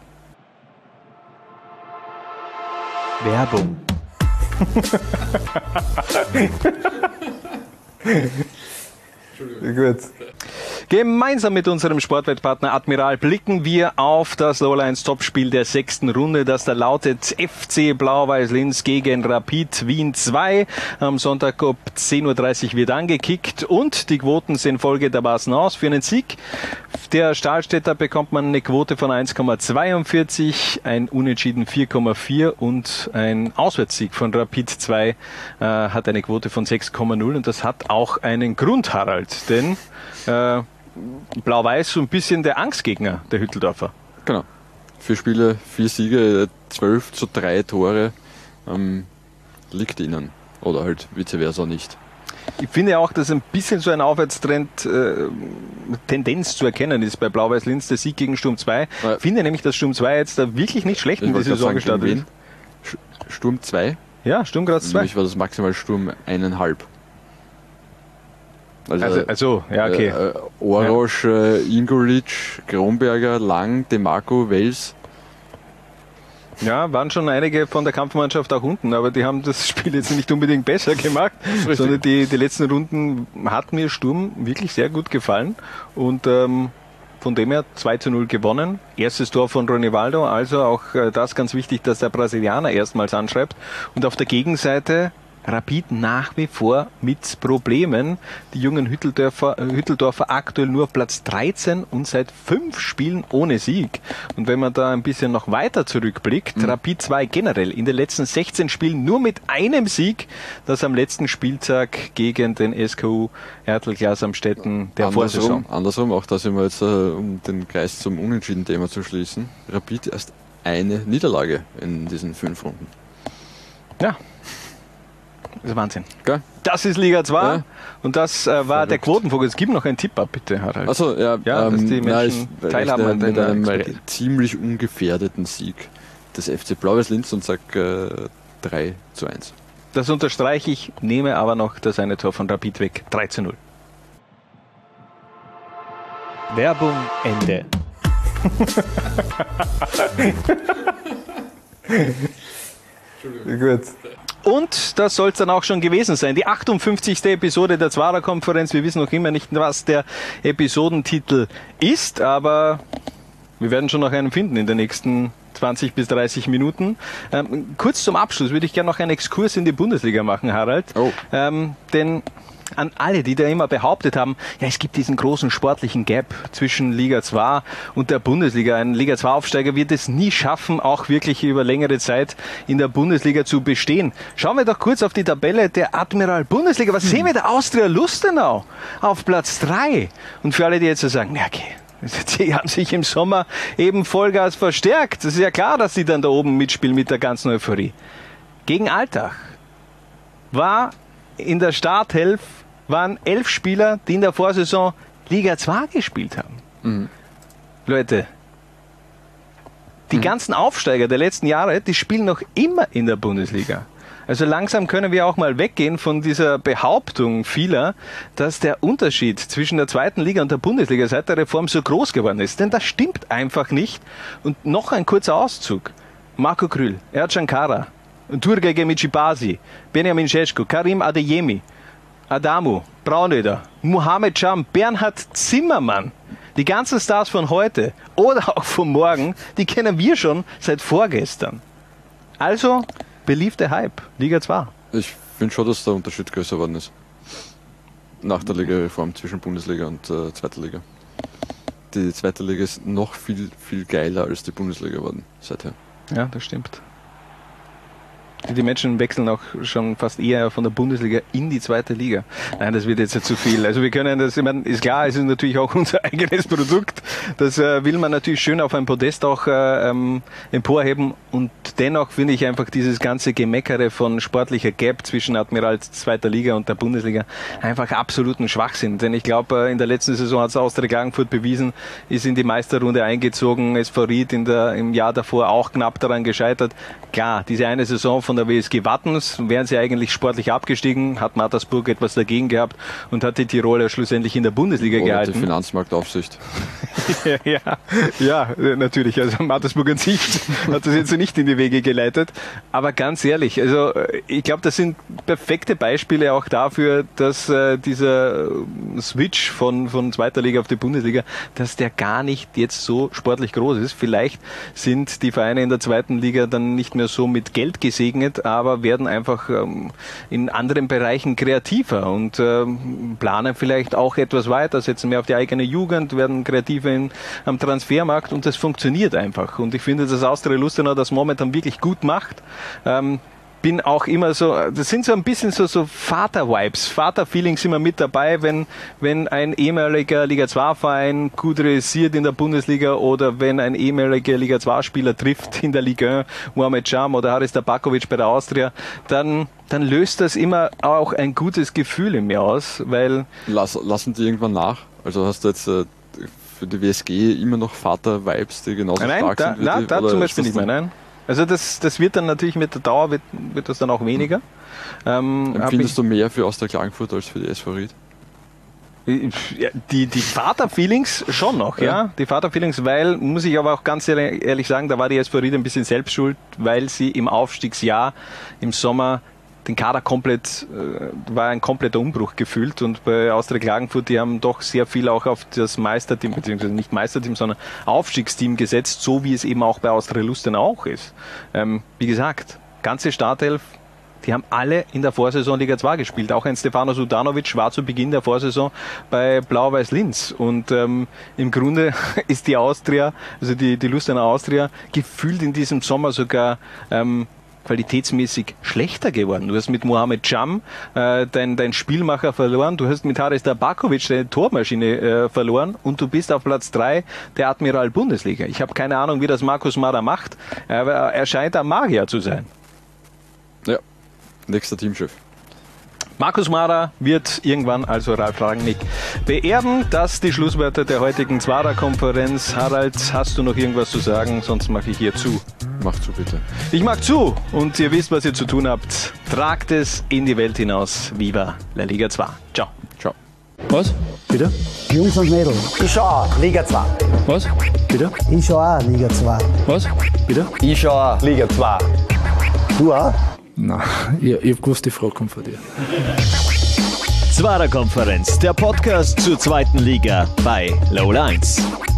Werbung. Gut. Gemeinsam mit unserem Sportwettpartner Admiral blicken wir auf das Lowlines Topspiel der sechsten Runde, das da lautet F C Blau-Weiß-Linz gegen Rapid Wien zwei. Am Sonntag ab zehn Uhr dreißig wird angekickt und die Quoten sehen folgendermaßen aus. Für einen Sieg der Stahlstädter bekommt man eine Quote von eins Komma zweiundvierzig, ein Unentschieden vier Komma vier und ein Auswärtssieg von Rapid zwei äh, hat eine Quote von sechs Komma null und das hat auch einen Grund, Harald, denn äh, Blau-Weiß so ein bisschen der Angstgegner der Hütteldorfer. Genau. Vier Spiele, vier Siege, zwölf zu drei Tore ähm, liegt ihnen. Oder halt vice versa nicht. Ich finde auch, dass ein bisschen so ein Aufwärtstrend, äh, Tendenz zu erkennen ist bei Blau-Weiß-Linz, der Sieg gegen Sturm zwei. Ja. Ich finde nämlich, dass Sturm zwei jetzt da wirklich nicht schlecht in die Saison gestartet ist. Sturm zwei? Ja, Sturm Graz zwei. Für mich war das maximal Sturm eineinhalb. Also, also, also ja, okay. Äh, Orosch, ja. äh, Ingolic, Kronberger, Lang, DeMarco, Wels. Ja, waren schon einige von der Kampfmannschaft auch unten, aber die haben das Spiel jetzt nicht unbedingt besser gemacht, sondern die, die letzten Runden hat mir Sturm wirklich sehr gut gefallen und ähm, von dem her zwei zu null gewonnen. Erstes Tor von Ronivaldo, also auch äh, das ganz wichtig, dass der Brasilianer erstmals anschreibt. Und auf der Gegenseite Rapid nach wie vor mit Problemen. Die jungen Hütteldorfer, Hütteldorfer aktuell nur auf Platz dreizehn und seit fünf Spielen ohne Sieg. Und wenn man da ein bisschen noch weiter zurückblickt, mhm. Rapid zwei generell in den letzten sechzehn Spielen nur mit einem Sieg, das am letzten Spieltag gegen den S K U Ertl-Glas Amstetten der andersrum, Vorsaison. Andersrum, auch da sind wir jetzt, äh, um den Kreis zum Unentschieden-Thema zu schließen, Rapid erst eine Niederlage in diesen fünf Runden. Ja. Das ist Wahnsinn. Okay. Das ist Liga zwei ja. Und das äh, war der Quotenfokus. Gib noch einen Tipp ab, bitte, Harald. Achso, ja, ja ähm, dass die Menschen na, ich teilhaben an mit einem Expertise. Ziemlich ungefährdeten Sieg des F C Blau-Weiß-Linz und sag äh, drei zu eins. Das unterstreiche ich, nehme aber noch das eine Tor von Rapid weg. drei zu null. Werbung Ende. Gut. Und das soll es dann auch schon gewesen sein. Die achtundfünfzigste Episode der Zwarer-Konferenz. Wir wissen noch immer nicht, was der Episodentitel ist, aber wir werden schon noch einen finden in den nächsten zwanzig bis dreißig Minuten. Ähm, kurz zum Abschluss würde ich gerne noch einen Exkurs in die Bundesliga machen, Harald. Oh. Ähm, denn an alle, die da immer behauptet haben, ja, es gibt diesen großen sportlichen Gap zwischen Liga zwei und der Bundesliga. Ein Liga zwei Aufsteiger wird es nie schaffen, auch wirklich über längere Zeit in der Bundesliga zu bestehen. Schauen wir doch kurz auf die Tabelle der Admiral Bundesliga. Was hm. sehen wir da? Austria Lustenau auf Platz drei. Und für alle, die jetzt so sagen, na okay, die haben sich im Sommer eben Vollgas verstärkt. Das ist ja klar, dass sie dann da oben mitspielen mit der ganzen Euphorie. Gegen Altach war in der Startelf waren elf Spieler, die in der Vorsaison Liga zwei gespielt haben. Mhm. Leute, die mhm. ganzen Aufsteiger der letzten Jahre, die spielen noch immer in der Bundesliga. Also langsam können wir auch mal weggehen von dieser Behauptung vieler, dass der Unterschied zwischen der zweiten Liga und der Bundesliga seit der Reform so groß geworden ist. Denn das stimmt einfach nicht. Und noch ein kurzer Auszug. Marco Krühl, Ercan Kara, Turgay Gemicibasi, Benjamin Šeško, Karim Adeyemi, Adamu, Braunöder, Mohamed Cham, Bernhard Zimmermann, die ganzen Stars von heute oder auch von morgen, die kennen wir schon seit vorgestern. Also, beliebte Hype, Liga zwei. Ich finde schon, dass der Unterschied größer geworden ist. Nach der Ligareform zwischen Bundesliga und äh, zweiter Liga. Die zweite Liga ist noch viel, viel geiler als die Bundesliga geworden seither. Ja, das stimmt. Die Menschen wechseln auch schon fast eher von der Bundesliga in die zweite Liga. Nein, das wird jetzt ja zu viel. Also wir können das, ich meine, ist klar, es ist natürlich auch unser eigenes Produkt. Das äh, will man natürlich schön auf ein Podest auch äh, ähm, emporheben. Und dennoch finde ich einfach dieses ganze Gemeckere von sportlicher Gap zwischen Admiral zweiter Liga und der Bundesliga einfach absoluten Schwachsinn. Denn ich glaube, in der letzten Saison hat es Austria Klagenfurt bewiesen, ist in die Meisterrunde eingezogen. S V Ried in der, im Jahr davor auch knapp daran gescheitert. Klar, diese eine Saison von der W S G Wattens wären sie eigentlich sportlich abgestiegen, hat Mattersburg etwas dagegen gehabt und hat die Tiroler schlussendlich in der Bundesliga Oder gehalten. die Finanzmarktaufsicht. ja, ja, natürlich. Also Mattersburg an sich hat das jetzt nicht in die Wege geleitet. Aber ganz ehrlich, also ich glaube, das sind perfekte Beispiele auch dafür, dass äh, dieser Switch von, von zweiter Liga auf die Bundesliga, dass der gar nicht jetzt so sportlich groß ist. Vielleicht sind die Vereine in der zweiten Liga dann nicht mehr so mit Geld gesegnet, aber werden einfach ähm, in anderen Bereichen kreativer und ähm, planen vielleicht auch etwas weiter, setzen mehr auf die eigene Jugend, werden kreativer in, am Transfermarkt und das funktioniert einfach. Und ich finde, dass Austria Lustenau das momentan wirklich gut macht. Ähm, bin auch immer so, das sind so ein bisschen so, so Vater-Vibes, Vater-Feelings immer mit dabei, wenn, wenn ein ehemaliger Liga zwei Verein gut realisiert in der Bundesliga oder wenn ein ehemaliger Liga zwei Spieler trifft in der Liga eins, Mohamed Cham oder Haris Tabakovic bei der Austria, dann, dann löst das immer auch ein gutes Gefühl in mir aus, weil... Lass, lassen die irgendwann nach? Also hast du jetzt äh, für die W S G immer noch Vater-Vibes, die genauso nein, stark da, sind? Nein, da zum Beispiel nicht mehr, dann, nein. Also das, das wird dann natürlich mit der Dauer wird, wird das dann auch weniger. Ähm, Empfindest du mehr für Austria Klagenfurt als für die S V Ried? Die, die Vater-Feelings schon noch, ja. ja. Die Vater-Feelings, weil, muss ich aber auch ganz ehrlich sagen, da war die S V Ried ein bisschen selbst schuld, weil sie im Aufstiegsjahr im Sommer den Kader komplett, äh, war ein kompletter Umbruch gefühlt und bei Austria Klagenfurt, die haben doch sehr viel auch auf das Meisterteam, beziehungsweise nicht Meisterteam, sondern Aufstiegsteam gesetzt, so wie es eben auch bei Austria Lustenau auch ist. Ähm, wie gesagt, ganze Startelf, die haben alle in der Vorsaison Liga zwei gespielt. Auch ein Stefano Sudanovic war zu Beginn der Vorsaison bei Blau-Weiß Linz. Und ähm, im Grunde ist die Austria, also die, die Lustenau Austria, gefühlt in diesem Sommer sogar ähm, qualitätsmäßig schlechter geworden. Du hast mit Mohamed Cham äh, dein, dein Spielmacher verloren, du hast mit Haris Tabakovic deine Tormaschine äh, verloren und du bist auf Platz drei der Admiral Bundesliga. Ich habe keine Ahnung, wie das Markus Mara macht, aber er scheint ein Magier zu sein. Ja, nächster Teamchef. Markus Mara wird irgendwann also Ralf Rangnick beerben. Das die Schlusswörter der heutigen Zwarer-Konferenz. Harald, hast du noch irgendwas zu sagen? Sonst mache ich hier zu. Mach zu, bitte. Ich mach zu und ihr wisst, was ihr zu tun habt. Tragt es in die Welt hinaus. Viva la Liga zwei. Ciao. Ciao. Was? Bitte? Jungs und Mädels. Ich schau auch Liga zwei. Was? Bitte? Ich schau auch Liga zwei. Was? Bitte? Ich schau auch Liga zwei. Du auch? Nein, ich, ich hab gewusst, die Frage kommt von dir. Zwarer Konferenz, der Podcast zur zweiten Liga bei Low eins.